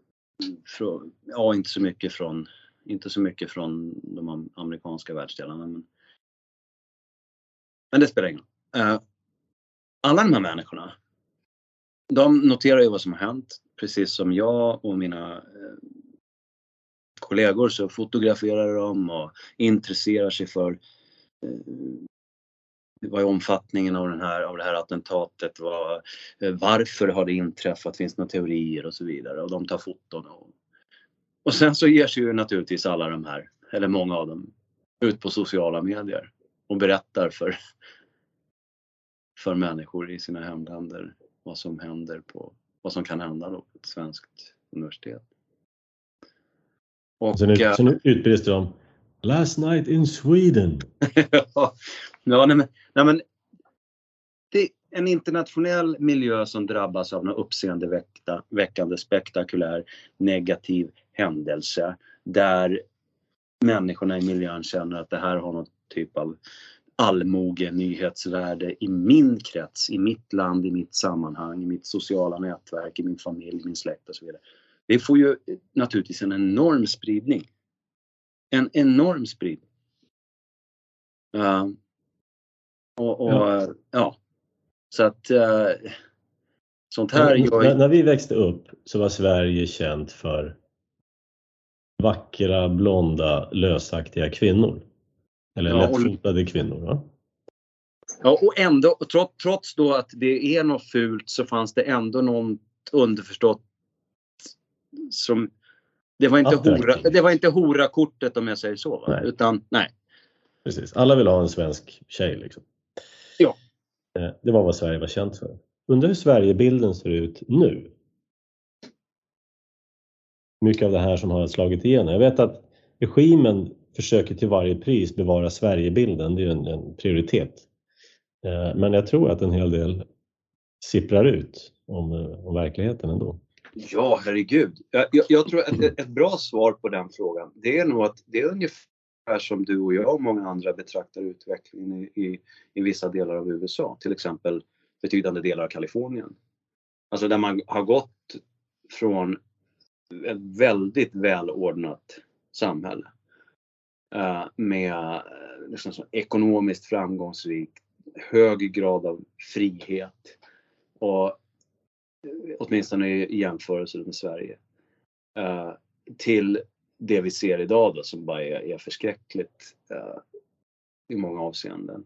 Inte så mycket från de amerikanska världsdelarna. Men det spelar ingen roll. Alla de här människorna, de noterar ju vad som har hänt. Precis som jag och mina kollegor så fotograferar de och intresserar sig för vad är omfattningen av det här attentatet, varför har det inträffat, finns det några teorier och så vidare, och de tar foton och sen så ger sig ju naturligtvis alla de här, eller många av dem, ut på sociala medier och berättar för människor i sina hemländer vad som kan hända då på ett svenskt universitet. Och sen utbildas de last night in Sweden. nej men det är en internationell miljö som drabbas av en uppseendeväckande spektakulär negativ händelse där människorna i miljön känner att det här har något typ av allmoge nyhetsvärde i min krets, i mitt land, i mitt sammanhang, i mitt sociala nätverk, i min familj, min släkt och så vidare. Det får ju naturligtvis en enorm spridning. En enorm spridning. Så att sånt här när vi växte upp så var Sverige känt för vackra, blonda, lösaktiga kvinnor. Eller lättfotade kvinnor, va? Ja, och ändå, trots då att det är något fult, så fanns det ändå något underförstått som det var inte hora-kortet, om jag säger så, va? Nej. Utan nej. Precis, alla vill ha en svensk tjej liksom. Ja. Det var vad Sverige var känt för. Undrar hur Sverigebilden ser ut nu? Mycket av det här som har slagit igenom. Jag vet att regimen försöker till varje pris bevara Sverigebilden. Det är ju en prioritet. Men jag tror att en hel del sipprar ut om verkligheten ändå. Ja, herregud. Jag tror att ett bra svar på den frågan, det är nog att det är ungefär som du och jag och många andra betraktar utvecklingen i vissa delar av USA. Till exempel betydande delar av Kalifornien. Alltså där man har gått från ett väldigt välordnat samhälle med liksom så ekonomiskt framgångsrikt, hög grad av frihet och åtminstone i jämförelse med Sverige, till det vi ser idag då, som bara är förskräckligt i många avseenden.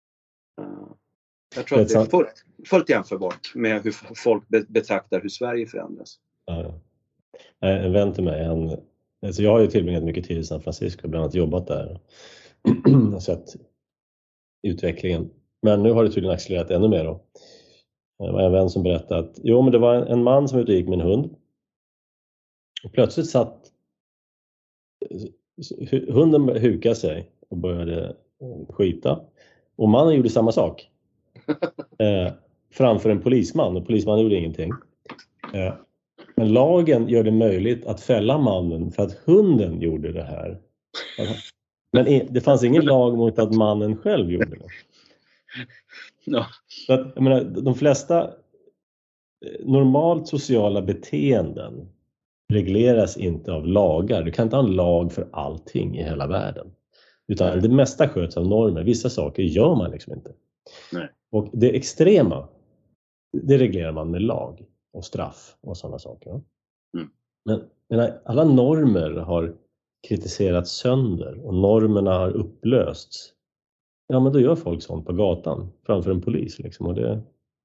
Jag tror att det är fullt jämförbart med hur folk betraktar hur Sverige förändras. Ja. En vän till mig, alltså jag har ju tillbringat mycket tid i San Francisco, bland annat jobbat där och sett utvecklingen. Men nu har det tydligen accelererat ännu mer då. Det var en vän som berättade att men det var en man som gick med en hund. Och plötsligt satt hunden hukade sig och började skita. Och mannen gjorde samma sak. Framför en polisman. Och polismannen gjorde ingenting. Men lagen gör det möjligt att fälla mannen för att hunden gjorde det här. Men det fanns ingen lag mot att mannen själv gjorde det. Ja. Så att, jag menar, de flesta normalt sociala beteenden regleras inte av lagar. Du kan inte ha en lag för allting i hela världen. Utan det mesta sköts av normer. Vissa saker gör man liksom inte. Nej. Och det extrema, det reglerar man med lag och straff och sådana saker. Mm. Men alla normer har kritiserats sönder och normerna har upplösts. Ja, men då gör folk sånt på gatan framför en polis liksom, och det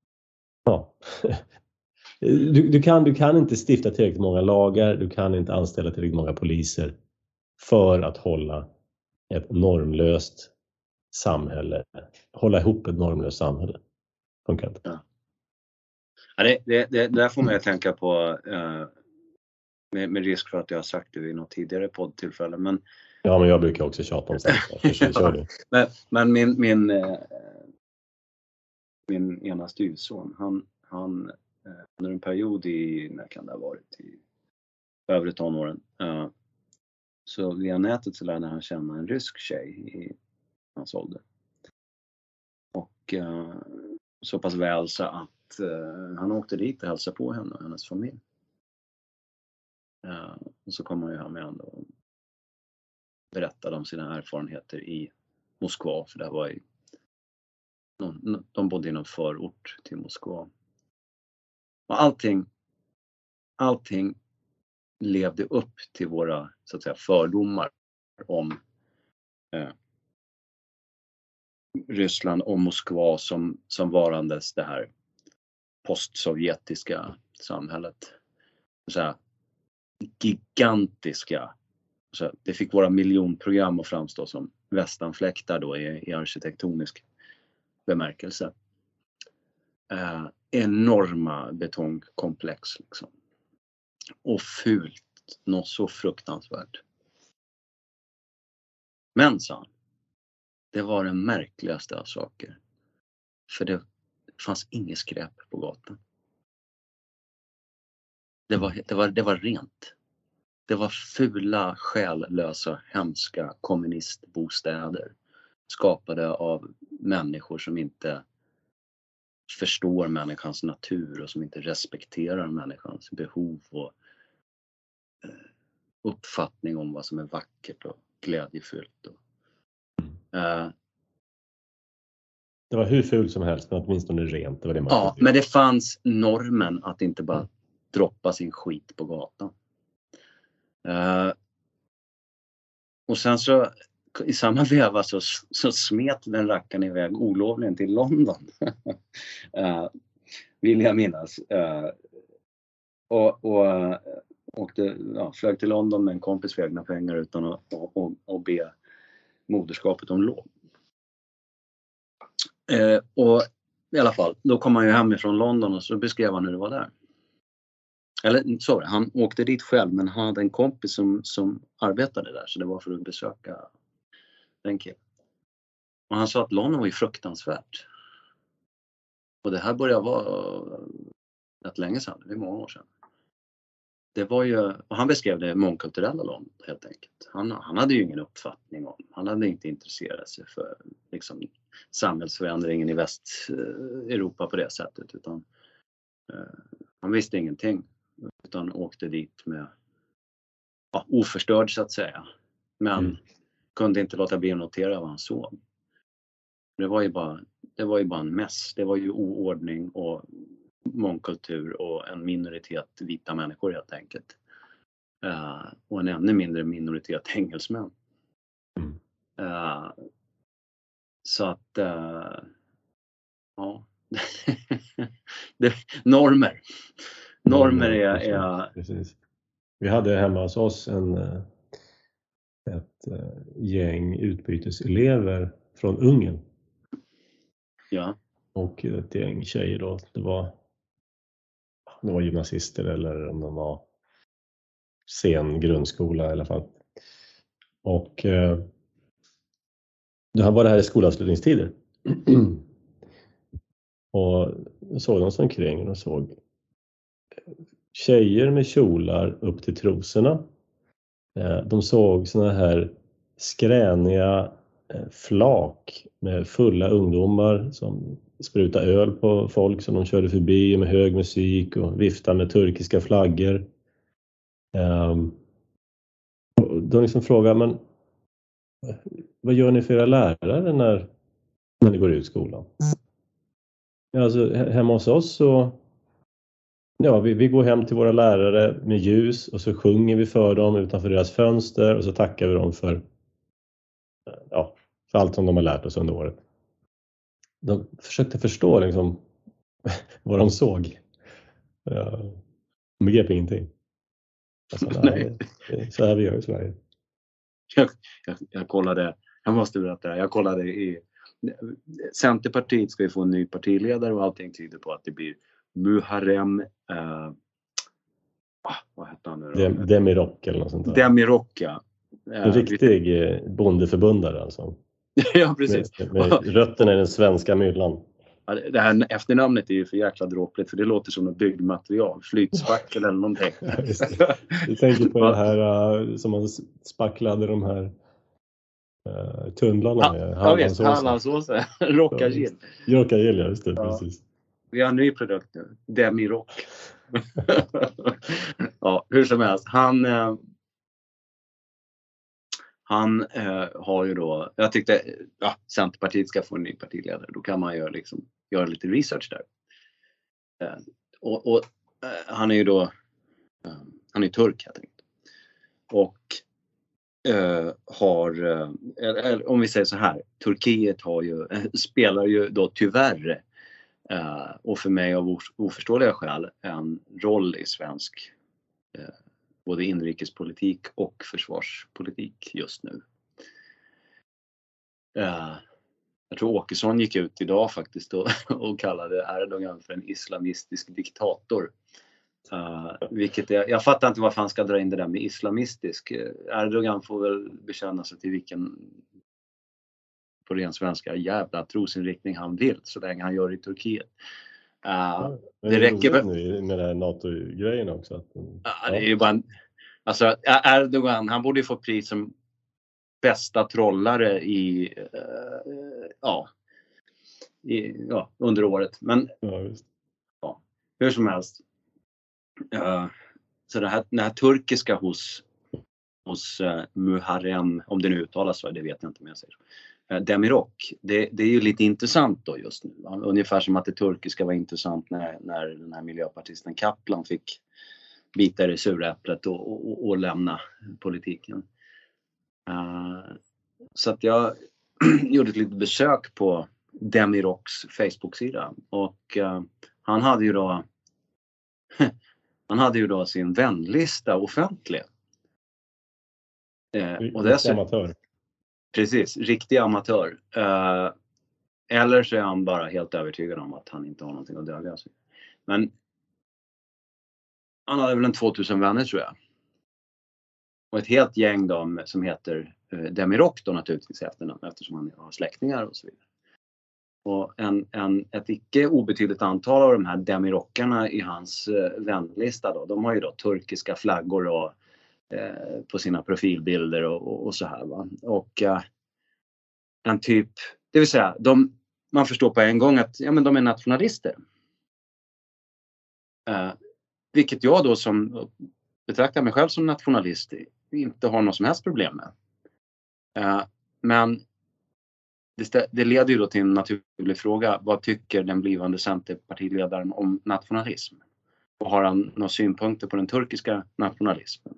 du kan inte stifta tillräckligt många lagar, du kan inte anställa tillräckligt många poliser för att hålla ett normlöst samhälle, hålla ihop ett normlöst samhälle. Funkar inte. Ja, det där får man ju tänka på med risk för att jag har sagt det vid något tidigare poddtillfälle, men ja, men jag brukar också tjata om sånt. Men min ena styvson, han under en period när kan det ha varit, övre tonåren. Så via nätet så lärde han känna en rysk tjej i hans ålder. Och så pass väl så att han åkte dit och hälsade på henne och hennes familj. Och så kom han ju hem igen och berättade om sina erfarenheter i Moskva. För det var ju, de bodde i någon förort till Moskva. Och allting levde upp till våra, så att säga, fördomar om Ryssland och Moskva som varandes det här postsovjetiska samhället. Så här, gigantiska. Så här, det fick våra miljonprogram att framstå som västanfläktar då i arkitektonisk bemärkelse. Enorma betongkomplex liksom. Och fult, något så fruktansvärt. Men sa han, det var den märkligaste av saker. För det fanns inget skräp på gatan. Det var rent. Det var fula, själlösa, hemska kommunistbostäder. Skapade av människor som inte förstår människans natur och som inte respekterar människans behov och uppfattning om vad som är vackert och glädjefyllt. Det var hur fult som helst, men åtminstone rent. Det var det man ja, men det fanns normen att inte bara droppa sin skit på gatan. Och sen så i samma veva så smet den rackaren iväg olovligen till London. Vill jag minnas. Och flög till London med en kompis för egna pengar utan att be moderskapet om lov. Och i alla fall, då kom han ju hem ifrån London och så beskrev han hur det var där. Eller sorry, han åkte dit själv, men han hade en kompis som arbetade där, så det var för att besöka den killen. Och han sa att London var ju fruktansvärt. Och det här började vara rätt länge sedan, det är många år sedan. Det var ju, och han beskrev det mångkulturella London helt enkelt. Han hade ju ingen uppfattning om, han hade inte intresserat sig för liksom, samhällsförändringen i Västeuropa på det sättet. Utan han visste ingenting. Utan åkte dit med oförstörd så att säga. Men kunde inte låta bli att notera vad han såg. Det var ju bara en mess. Det var ju oordning och mångkultur och en minoritet vita människor helt enkelt. Och en ännu mindre minoritet engelsmän. Så att ja. Normer. Normer är... Precis. Vi hade hemma hos oss ett gäng utbyteselever från Ungern. Ja. Och ett gäng tjejer då. Det var gymnasister eller om de var sen grundskola i alla fall. Och det var det här i skolavslutningstider. Och såg de sig omkring och såg tjejer med kjolar upp till trosorna. De såg såna här skräniga flak med fulla ungdomar som sprutade öl på folk som de körde förbi med hög musik och viftade med turkiska flaggor. De liksom frågade, men vad gör ni för era lärare när ni går ut skolan? Alltså hemma hos oss så vi går hem till våra lärare med ljus och så sjunger vi för dem utanför deras fönster och så tackar vi dem för allt som de har lärt oss under året. De försökte förstå liksom vad de såg. De begrep ingenting. Alltså, nej, så här vi gör i Sverige. Jag kollade, jag måste berätta, jag kollade i Centerpartiet ska ju få en ny partiledare och allting tyder på att det blir Muharrem vad heter han nu då? Demirok eller något sånt där. Demirok, ja. En riktig bondeförbundare alltså. Ja, precis. Med rötterna i den svenska myllan. Det här efternamnet är ju för jäkla dråpligt, för det låter som något byggmaterial. Flytspackel eller någonting. Ja, just det. Jag tänker på det här som man spacklade de här tunnlarna med. Hallandsåsen. Rockagill. Rockagill, ja, just det, precis. Vi har en ny produkt nu. Demirock. Ja, hur som helst. Han har ju då, jag tyckte Centerpartiet ska få en ny partiledare. Då kan man göra lite research där. Han är ju då, han är turk helt enkelt. Och om vi säger så här, Turkiet spelar ju då tyvärr och för mig av oförståeliga skäl en roll i svensk både inrikespolitik och försvarspolitik just nu. Jag tror Åkesson gick ut idag faktiskt och kallade Erdogan för en islamistisk diktator. Vilket jag fattar inte varför han ska dra in det där med islamistisk. Erdogan får väl bekänna sig till vilken, på ren svenska, jävla trosinriktning han vill, så länge han gör det i Turkiet. Det räcker med det här NATO-grejen också. Det är ju bara alltså Erdogan, han borde ju få pris som bästa trollare under året. Men hur som helst. Så det här turkiska hos Muharrem, om det nu uttalas så, det vet jag inte om jag säger. Demirok, det är ju lite intressant då just nu. Ungefär som att det turkiska var intressant när den här miljöpartisten Kaplan fick bita i suräpplet och lämna politiken. Så att jag gjorde ett litet besök på Demiroks Facebook-sida och han hade ju då sin vänlista offentlig. Och det är amatör. Precis, riktig amatör. Eller så är han bara helt övertygad om att han inte har någonting att dölja sig. Men han hade väl en 2000 vänner tror jag. Och ett helt gäng då som heter Demirok då naturligtvis efternamn, eftersom han har släktingar och så vidare. Och ett icke obetydligt antal av de här Demirockarna i hans vänlista då, de har ju då turkiska flaggor och på sina profilbilder och så här va. Och en typ, det vill säga man förstår på en gång att de är nationalister. Vilket jag då som betraktar mig själv som nationalist inte har något som helst problem med. Men det leder ju då till en naturlig fråga. Vad tycker den blivande centerpartiledaren om nationalism? Och har han några synpunkter på den turkiska nationalismen?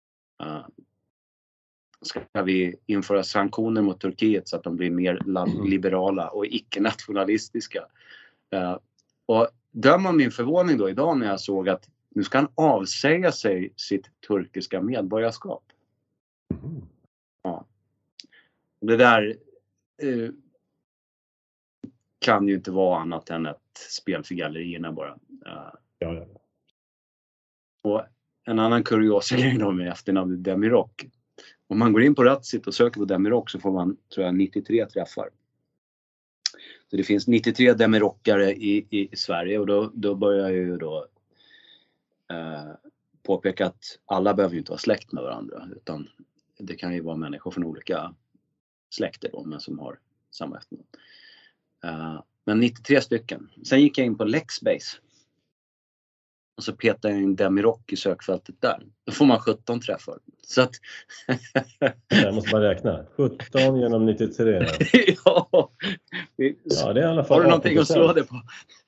Ska vi införa sanktioner mot Turkiet så att de blir mer liberala och icke-nationalistiska? Och döm om min förvåning då idag när jag såg att nu ska han avsäga sig sitt turkiska medborgarskap. Ja. Det där kan ju inte vara annat än ett spel för gallerierna bara. Ja. Och en annan kuriosa grej då med efternamnet Demirok. Om man går in på Ratsit och söker på Demirok så får man, tror jag, 93 träffar. Så det finns 93 Demirockare i Sverige och då börjar jag ju då påpeka att alla behöver ju inte vara släkt med varandra, utan det kan ju vara människor från olika släkter då, men som har samma efternamn. Men 93 stycken. Sen gick jag in på Lexbase. Och så petar jag in Demirok i sökfältet där. Då får man 17 träffar. Så att jag måste bara räkna. 17 genom 93. Ja, det är i alla fall. Har du någonting att slå det på?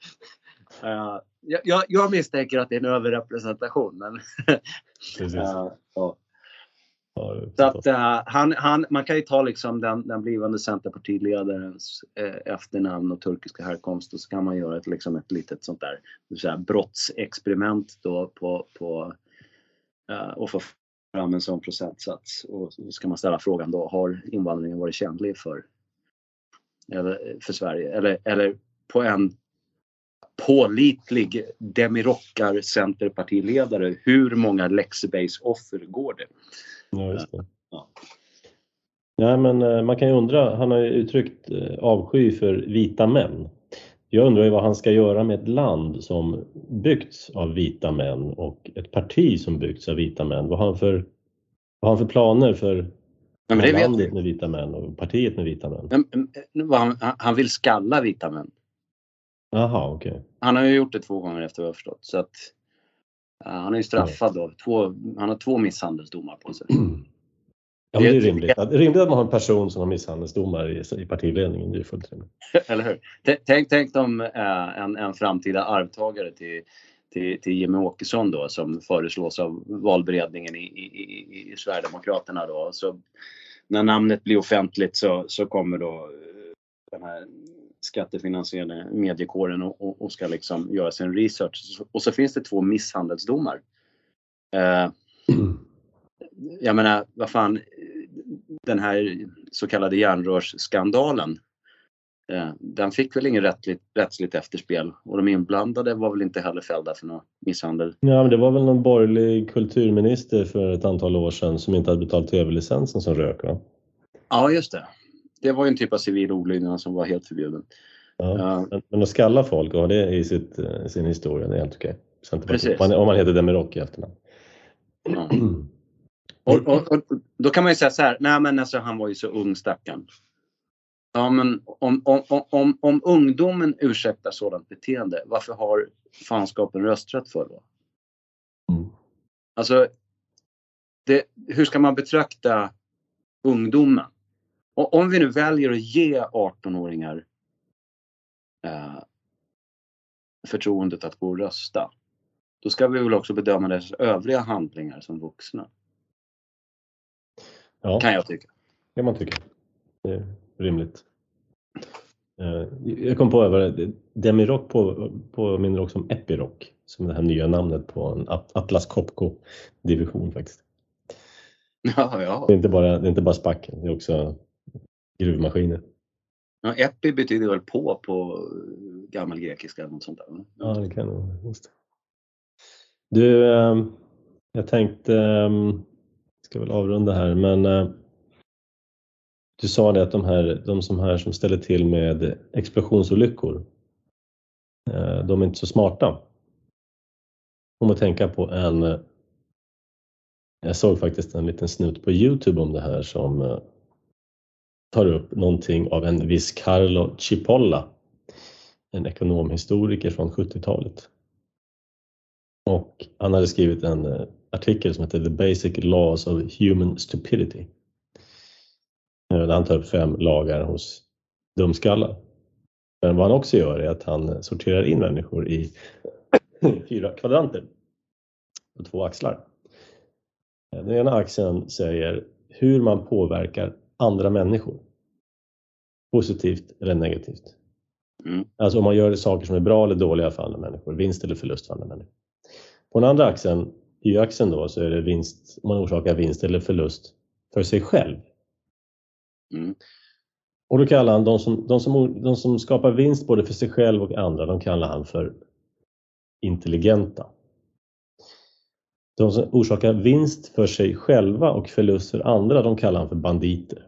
Jag misstänker att det är en överrepresentation. Men så att man kan ju ta liksom den blivande centerpartiledarens efternamn och turkiska härkomst, och så kan man göra ett litet sånt där så här brottsexperiment då på och få fram en sån procentsats, och så ska man ställa frågan då: har invandringen varit kännlig för Sverige eller på en pålitlig Demirockar centerpartiledare, hur många Lexbase-offer går det? Ja, just det. Ja, men man kan ju undra, han har ju uttryckt avsky för vita män. jag undrar ju vad han ska göra med ett land som byggts av vita män och ett parti som byggts av vita män. Vad har han för planer för landet med vita män och partiet med vita män? Han vill skalla vita män. Jaha, okej. Okay. Han har ju gjort det 2 gånger efter vad jag förstått. Så att han är ju straffad då. Han har 2 misshandelsdomar på sig. Ja, men det är rimligt. Rimligt att man har en person som har misshandelsdomar i partiledningen. Det är fullt rimligt. Eller hur? Tänk om en framtida arvtagare till Jimmie Åkesson då, som föreslås av valberedningen i Sverigedemokraterna då. Så när namnet blir offentligt så kommer då den här skattefinansierade mediekåren och ska liksom göra sin research. Och så finns det 2 misshandelsdomar. Jag menar, vad fan, den här så kallade järnrörsskandalen, den fick väl ingen rättsligt efterspel, och de inblandade var väl inte heller fällda för någon misshandel. Ja, men det var väl någon borgerlig kulturminister för ett antal år sedan som inte hade betalt tv-licensen som rök, va? Ja, just det. Det var ju en typ av civil olydnad som var helt förbjuden. Ja, men att skalla folk och det i sin historia, det är helt okej. Precis. Om man heter Demirok i efternamn. Ja. Och då kan man ju säga så här, nej men alltså han var ju så ung, stackarn. Ja, men om ungdomen ursäktar sådant beteende, varför har fanskapen rösträtt för då? Alltså, hur ska man betrakta ungdomen? Och om vi nu väljer att ge 18-åringar förtroendet att gå och rösta, då ska vi väl också bedöma deras övriga handlingar som vuxna. Ja, kan jag tycka. Kan man tycka. Det är rimligt. Jag kom på över Demirok påminner också om Epiroc, som det här nya namnet på en Atlas Copco-division faktiskt. Ja. Det är inte bara spacken, det är också gruvmaskiner. Ja, Epi betyder väl på gammal grekiska eller något sånt där. Ja, det kan nog. Just det. Du, jag tänkte, ska väl avrunda här, men du sa det att de som ställer till med explosionsolyckor, de är inte så smarta. Om att tänka på jag såg faktiskt en liten snut på YouTube om det här som tar upp någonting av en viss Carlo Cipolla, en ekonomhistoriker från 70-talet. Och han hade skrivit en artikel som heter The Basic Laws of Human Stupidity. Där han tar upp 5 lagar hos dumskallar. Men vad han också gör är att han sorterar in människor i 4 kvadranter och 2 axlar. Den ena axeln säger hur man påverkar andra människor. Positivt eller negativt. Alltså om man gör saker som är bra eller dåliga för andra människor. Vinst eller förlust för andra människor. På den andra axeln, y-axeln då, så är det vinst, om man orsakar vinst eller förlust för sig själv. Och då kallar han de som skapar vinst både för sig själv och andra, de kallar han för intelligenta. De som orsakar vinst för sig själva och förlust för andra, de kallar han för banditer.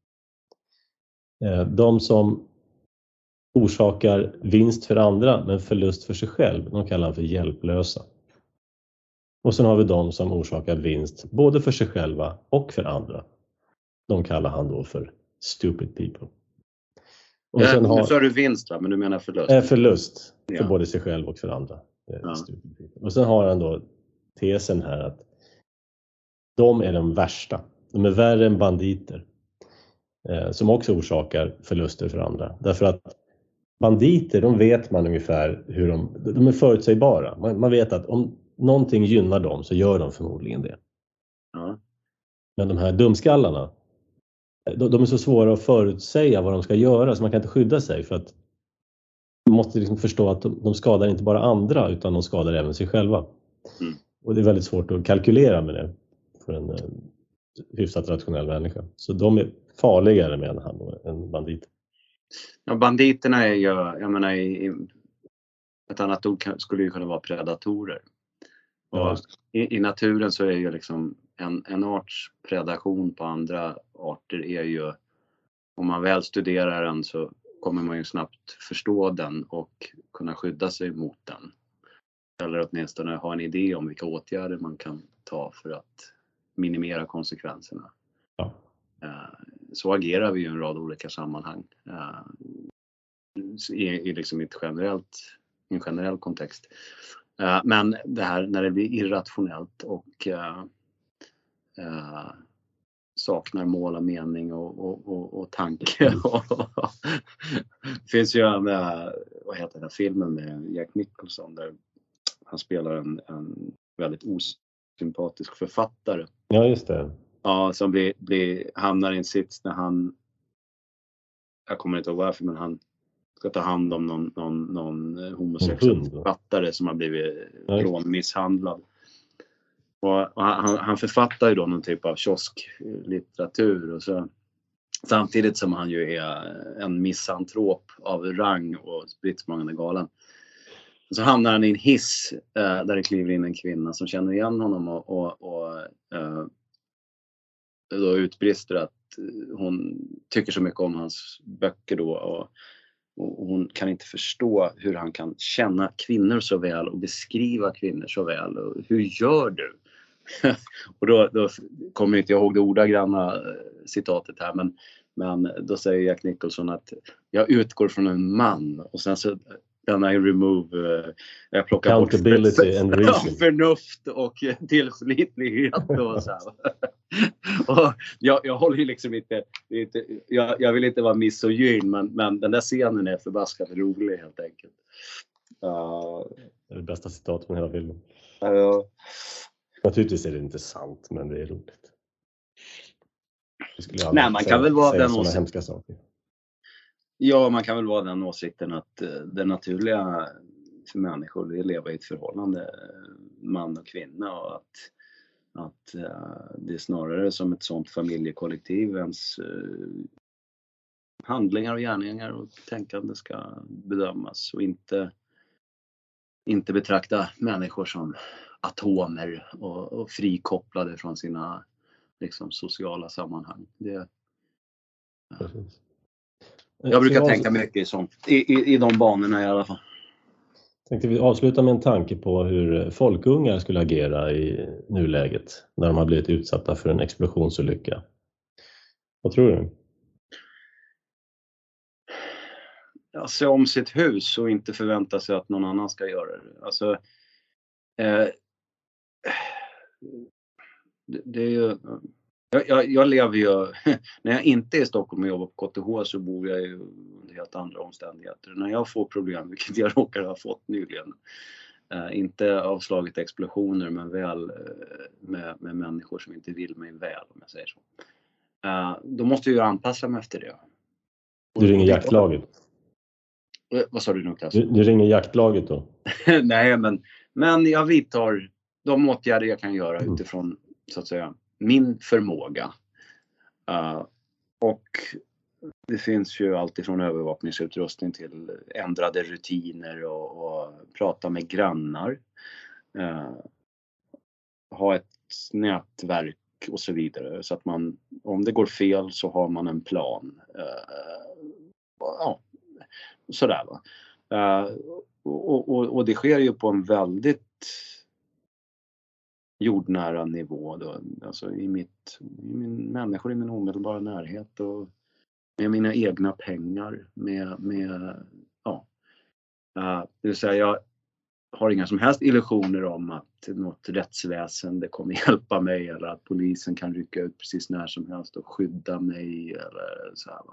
De som orsakar vinst för andra men förlust för sig själv, de kallar han för hjälplösa. Och sen har vi de som orsakar vinst både för sig själva och för andra. De kallar han då för stupid people. Och sen nu sa du vinst, va? Men du menar förlust? Förlust för både sig själv och för andra. Stupid people. Och sen har han då tesen här att de är de värsta. De är värre än banditer. Som också orsakar förluster för andra. Därför att banditer, de vet man ungefär hur de är förutsägbara. Man vet att om någonting gynnar dem så gör de förmodligen det. Ja. Men de här dumskallarna, de är så svåra att förutsäga vad de ska göra, så man kan inte skydda sig, för att man måste liksom förstå att de skadar inte bara andra utan de skadar även sig själva. Och det är väldigt svårt att kalkylera med det för en hyfsat rationell människa. Så de är farligare, menar han, än banditer. Ja, banditerna är ju, jag menar, ett annat ord skulle ju kunna vara predatorer. Och i naturen så är ju liksom en arts predation på andra arter är ju, om man väl studerar den så kommer man ju snabbt förstå den och kunna skydda sig mot den. Eller åtminstone ha en idé om vilka åtgärder man kan ta för att minimera konsekvenserna. Ja. Så agerar vi i en rad olika sammanhang. I liksom en generell kontext. Men det här när det blir irrationellt och saknar mål och mening och tanke. Det finns ju en, vad heter den filmen med Jack Nicholson där han spelar en väldigt osympatisk författare. Ja, just det. Ja, som hamnar i en sits när jag kommer inte ihåg varför, men han ska ta hand om någon homosexuell författare som har blivit rånmisshandlad. Och han författar ju då någon typ av kiosklitteratur och så, samtidigt som han ju är en misantrop av rang och spritsmångande galen. Så hamnar han i en hiss där det kliver in en kvinna som känner igen honom och då utbrister att hon tycker så mycket om hans böcker då och hon kan inte förstå hur han kan känna kvinnor så väl och beskriva kvinnor så väl. Och hur gör du? Och då kommer inte jag ihåg det ordagranna citatet här, men då säger Jack Nicholson att jag utgår från en man och sen så kan I remove, jag plockar bort förnuft och tillförlitlighet och så här. Och jag håller ju liksom inte jag vill inte vara misogyn, men den där scenen är förbaskat rolig helt enkelt. Det är det bästa citatet från hela filmen. Naturligtvis är det inte sant, men det är roligt. Nej, man kan väl vara den hemska saker. Ja, man kan väl vara den åsikten att det naturliga för människor är att leva i ett förhållande man och kvinna och att det är snarare som ett sånt familjekollektiv ens handlingar och gärningar och tänkande ska bedömas och inte betrakta människor som atomer och frikopplade från sina liksom sociala sammanhang. Jag brukar tänka mycket i sånt, i de banorna i alla fall. Tänkte vi avsluta med en tanke på hur folkungar skulle agera i nuläget när de har blivit utsatta för en explosionsolycka. Vad tror du? Ja, se om sitt hus och inte förvänta sig att någon annan ska göra det. Alltså, det är ju... Jag lever ju, när jag inte är i Stockholm och jobbar på KTH så bor jag ju under helt andra omständigheter. När jag får problem, vilket jag råkar ha fått nyligen, inte avslaget explosioner men väl med människor som inte vill mig väl, om jag säger så. Då måste jag ju anpassa mig efter det. Du ringer jaktlaget? Vad sa du, Niklas? Du ringer jaktlaget då? Nej, men jag vidtar de åtgärder jag kan göra utifrån, så att säga, min förmåga. Och det finns ju allt ifrån övervakningsutrustning till ändrade rutiner och prata med grannar. Ha ett nätverk och så vidare. Så att man, om det går fel så har man en plan. Ja, sådär va. Och det sker ju på en väldigt jordnära nivå då, alltså människor i min omedelbara närhet och med mina egna pengar det vill säga jag har inga som helst illusioner om att något rättsväsende kommer hjälpa mig eller att polisen kan rycka ut precis när som helst och skydda mig eller så här.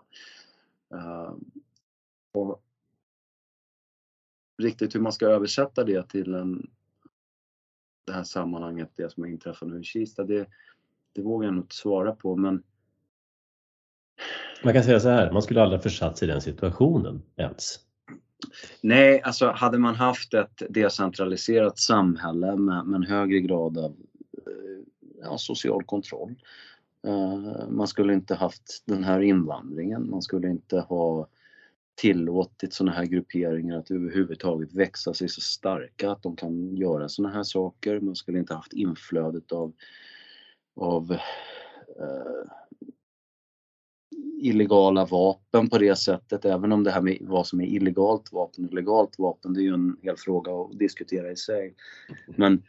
Och riktigt hur man ska översätta det till det här sammanhanget, det som har inträffat nu i Kista, det vågar jag nog inte svara på, men man kan säga så här, man skulle aldrig försatt sig i den situationen ens. Nej, alltså hade man haft ett decentraliserat samhälle med en högre grad av social kontroll, man skulle inte haft den här invandringen, man skulle inte ha tillåtit såna här grupperingar att överhuvudtaget växa sig så starka att de kan göra såna här saker. Man skulle inte haft inflödet av illegala vapen på det sättet, även om det här med vad som är illegalt vapen och legalt vapen, det är ju en hel fråga att diskutera i sig. Men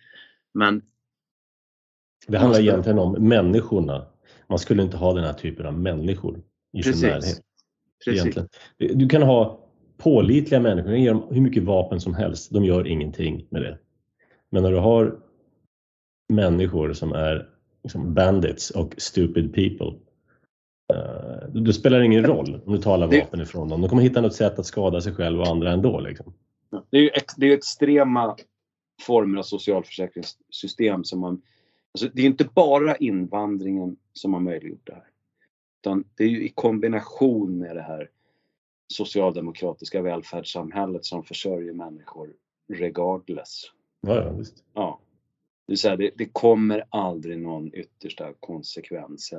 det handlar egentligen om människorna. Man skulle inte ha den här typen av människor i sin närhet. Egentligen. Du kan ha pålitliga människor, ger dem hur mycket vapen som helst, de gör ingenting med det. Men när du har människor som är liksom bandits och stupid people, det spelar ingen roll om du talar vapen ifrån dem. De kommer hitta något sätt att skada sig själv och andra ändå. Liksom. Det är ju extrema former av socialförsäkringssystem som man... Alltså, det är inte bara invandringen som har möjliggjort det här. Utan det är ju i kombination med det här socialdemokratiska välfärdssamhället som försörjer människor regardless. Ja, visst. Ja. Det är så här, det kommer aldrig någon yttersta konsekvens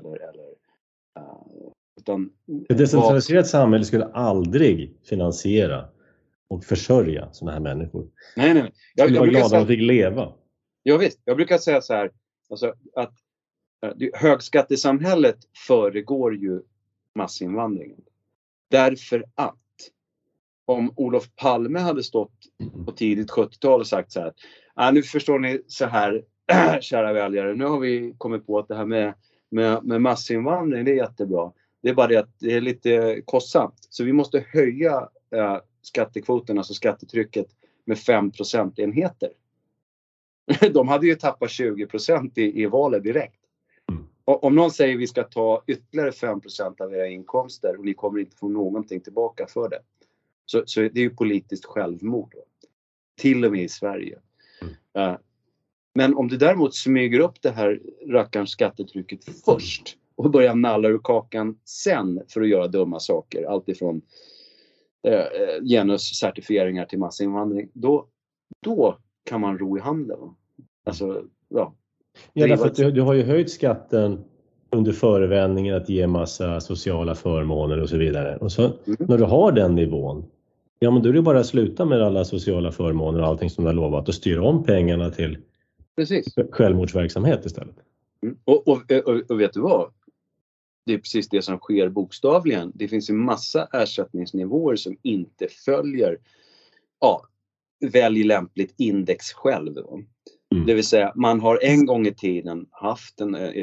utan ett decentraliserat samhälle skulle aldrig finansiera och försörja sådana här människor. Nej. Jag var glad att de fick leva. Ja, visst. Jag brukar säga så här, alltså, att högskattesamhället föregår ju massinvandringen. Därför att om Olof Palme hade stått på tidigt 70-tal och sagt så här, nu förstår ni så här, kära väljare, nu har vi kommit på att det här med massinvandring, det är jättebra. Det är bara det att det är lite kostsamt. Så vi måste höja skattekvoten, alltså skattetrycket, med 5 procentenheter. De hade ju tappat 20% i valet direkt. Om någon säger vi ska ta ytterligare 5% av era inkomster och ni kommer inte få någonting tillbaka för det. Så det är ju politiskt självmord. Till och med i Sverige. Men om du däremot smyger upp det här rackarns skattetrycket först och börjar nalla ur kakan sen för att göra dumma saker, allt ifrån genuscertifieringar till massinvandring, då kan man ro i handen. Alltså, ja. Ja, därför att du har ju höjt skatten under förevändningen att ge massa sociala förmåner och så vidare. Och så när du har den nivån, ja men då är det bara att sluta med alla sociala förmåner och allting som du har lovat och styra om pengarna till självmordsverksamhet istället. Och vet du vad? Det är precis det som sker bokstavligen. Det finns en massa ersättningsnivåer som inte följer välj lämpligt index själv. Det vill säga, man har en gång i tiden haft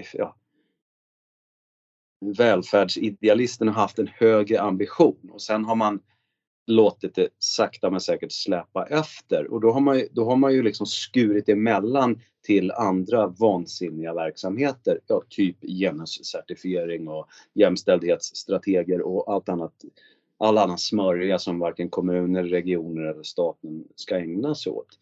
välfärdsidealisten har haft en högre ambition och sen har man låtit det sakta men säkert släppa efter, och då har man ju liksom skurit emellan till andra vansinniga verksamheter, typ genuscertifiering och jämställdhetsstrateger och allt annat, all annan smörja som varken kommuner, regioner eller staten ska ägna sig åt.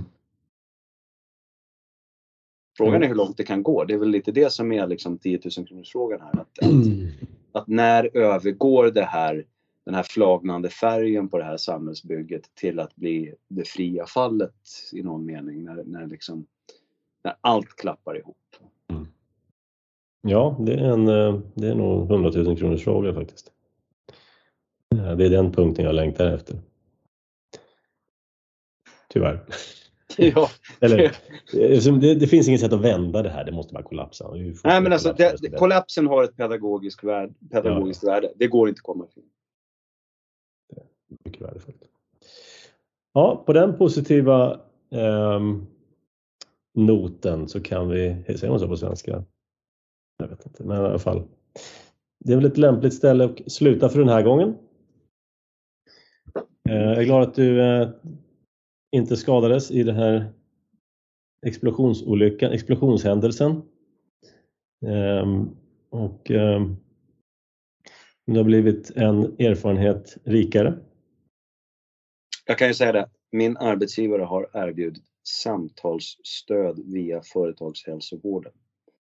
Frågan är hur långt det kan gå. Det är väl lite det som är liksom 10 000 kronors frågan här. Att när övergår den här flagnande färgen på det här samhällsbygget till att bli det fria fallet i någon mening. När allt klappar ihop. Ja, det är nog 100 000 kronors fråga faktiskt. Det är den punkten jag längtar efter. Tyvärr. Ja. Eller, det finns inget sätt att vända det här, det måste bara kollapsa. Nej, men alltså kollapsen har ett pedagogiskt värde. Det går inte att komma ifrån. Det är mycket värdefullt. Ja, på den positiva noten så kan vi, säger man så på svenska? Jag vet inte, men i alla fall. Det är väl ett lämpligt ställe att sluta för den här gången. Jag är glad att du inte skadades i den här explosionshändelsen. Det har blivit en erfarenhet rikare. Jag kan ju säga det. Min arbetsgivare har erbjudit samtalsstöd via företagshälsovården.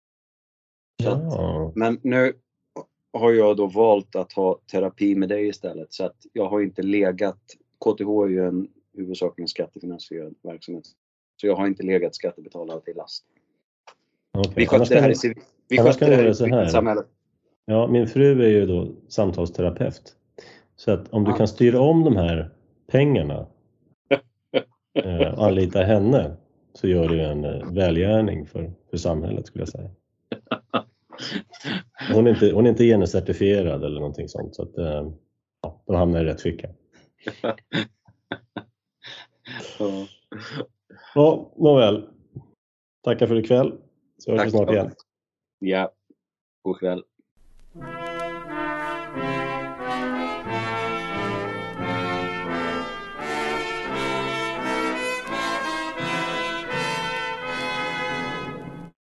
Men nu har jag då valt att ha terapi med dig istället. Så att jag har inte legat... KTH är ju en huvudsakligen skattefinansierad verksamhet. Så jag har inte legat skattebetalare till last. Okay. Vi sköter det här i civilsamhället. Ja, min fru är ju då samtalsterapeut. Så att om du kan styra om de här pengarna och anlita henne, så gör du en välgärning för samhället, skulle jag säga. Hon är inte genuscertifierad eller någonting sånt, så att ja, de hamnar i rätt ficka. Ja, nåväl. Tackar för ikväll. Så hörs vi snart igen. Ja, god kväll.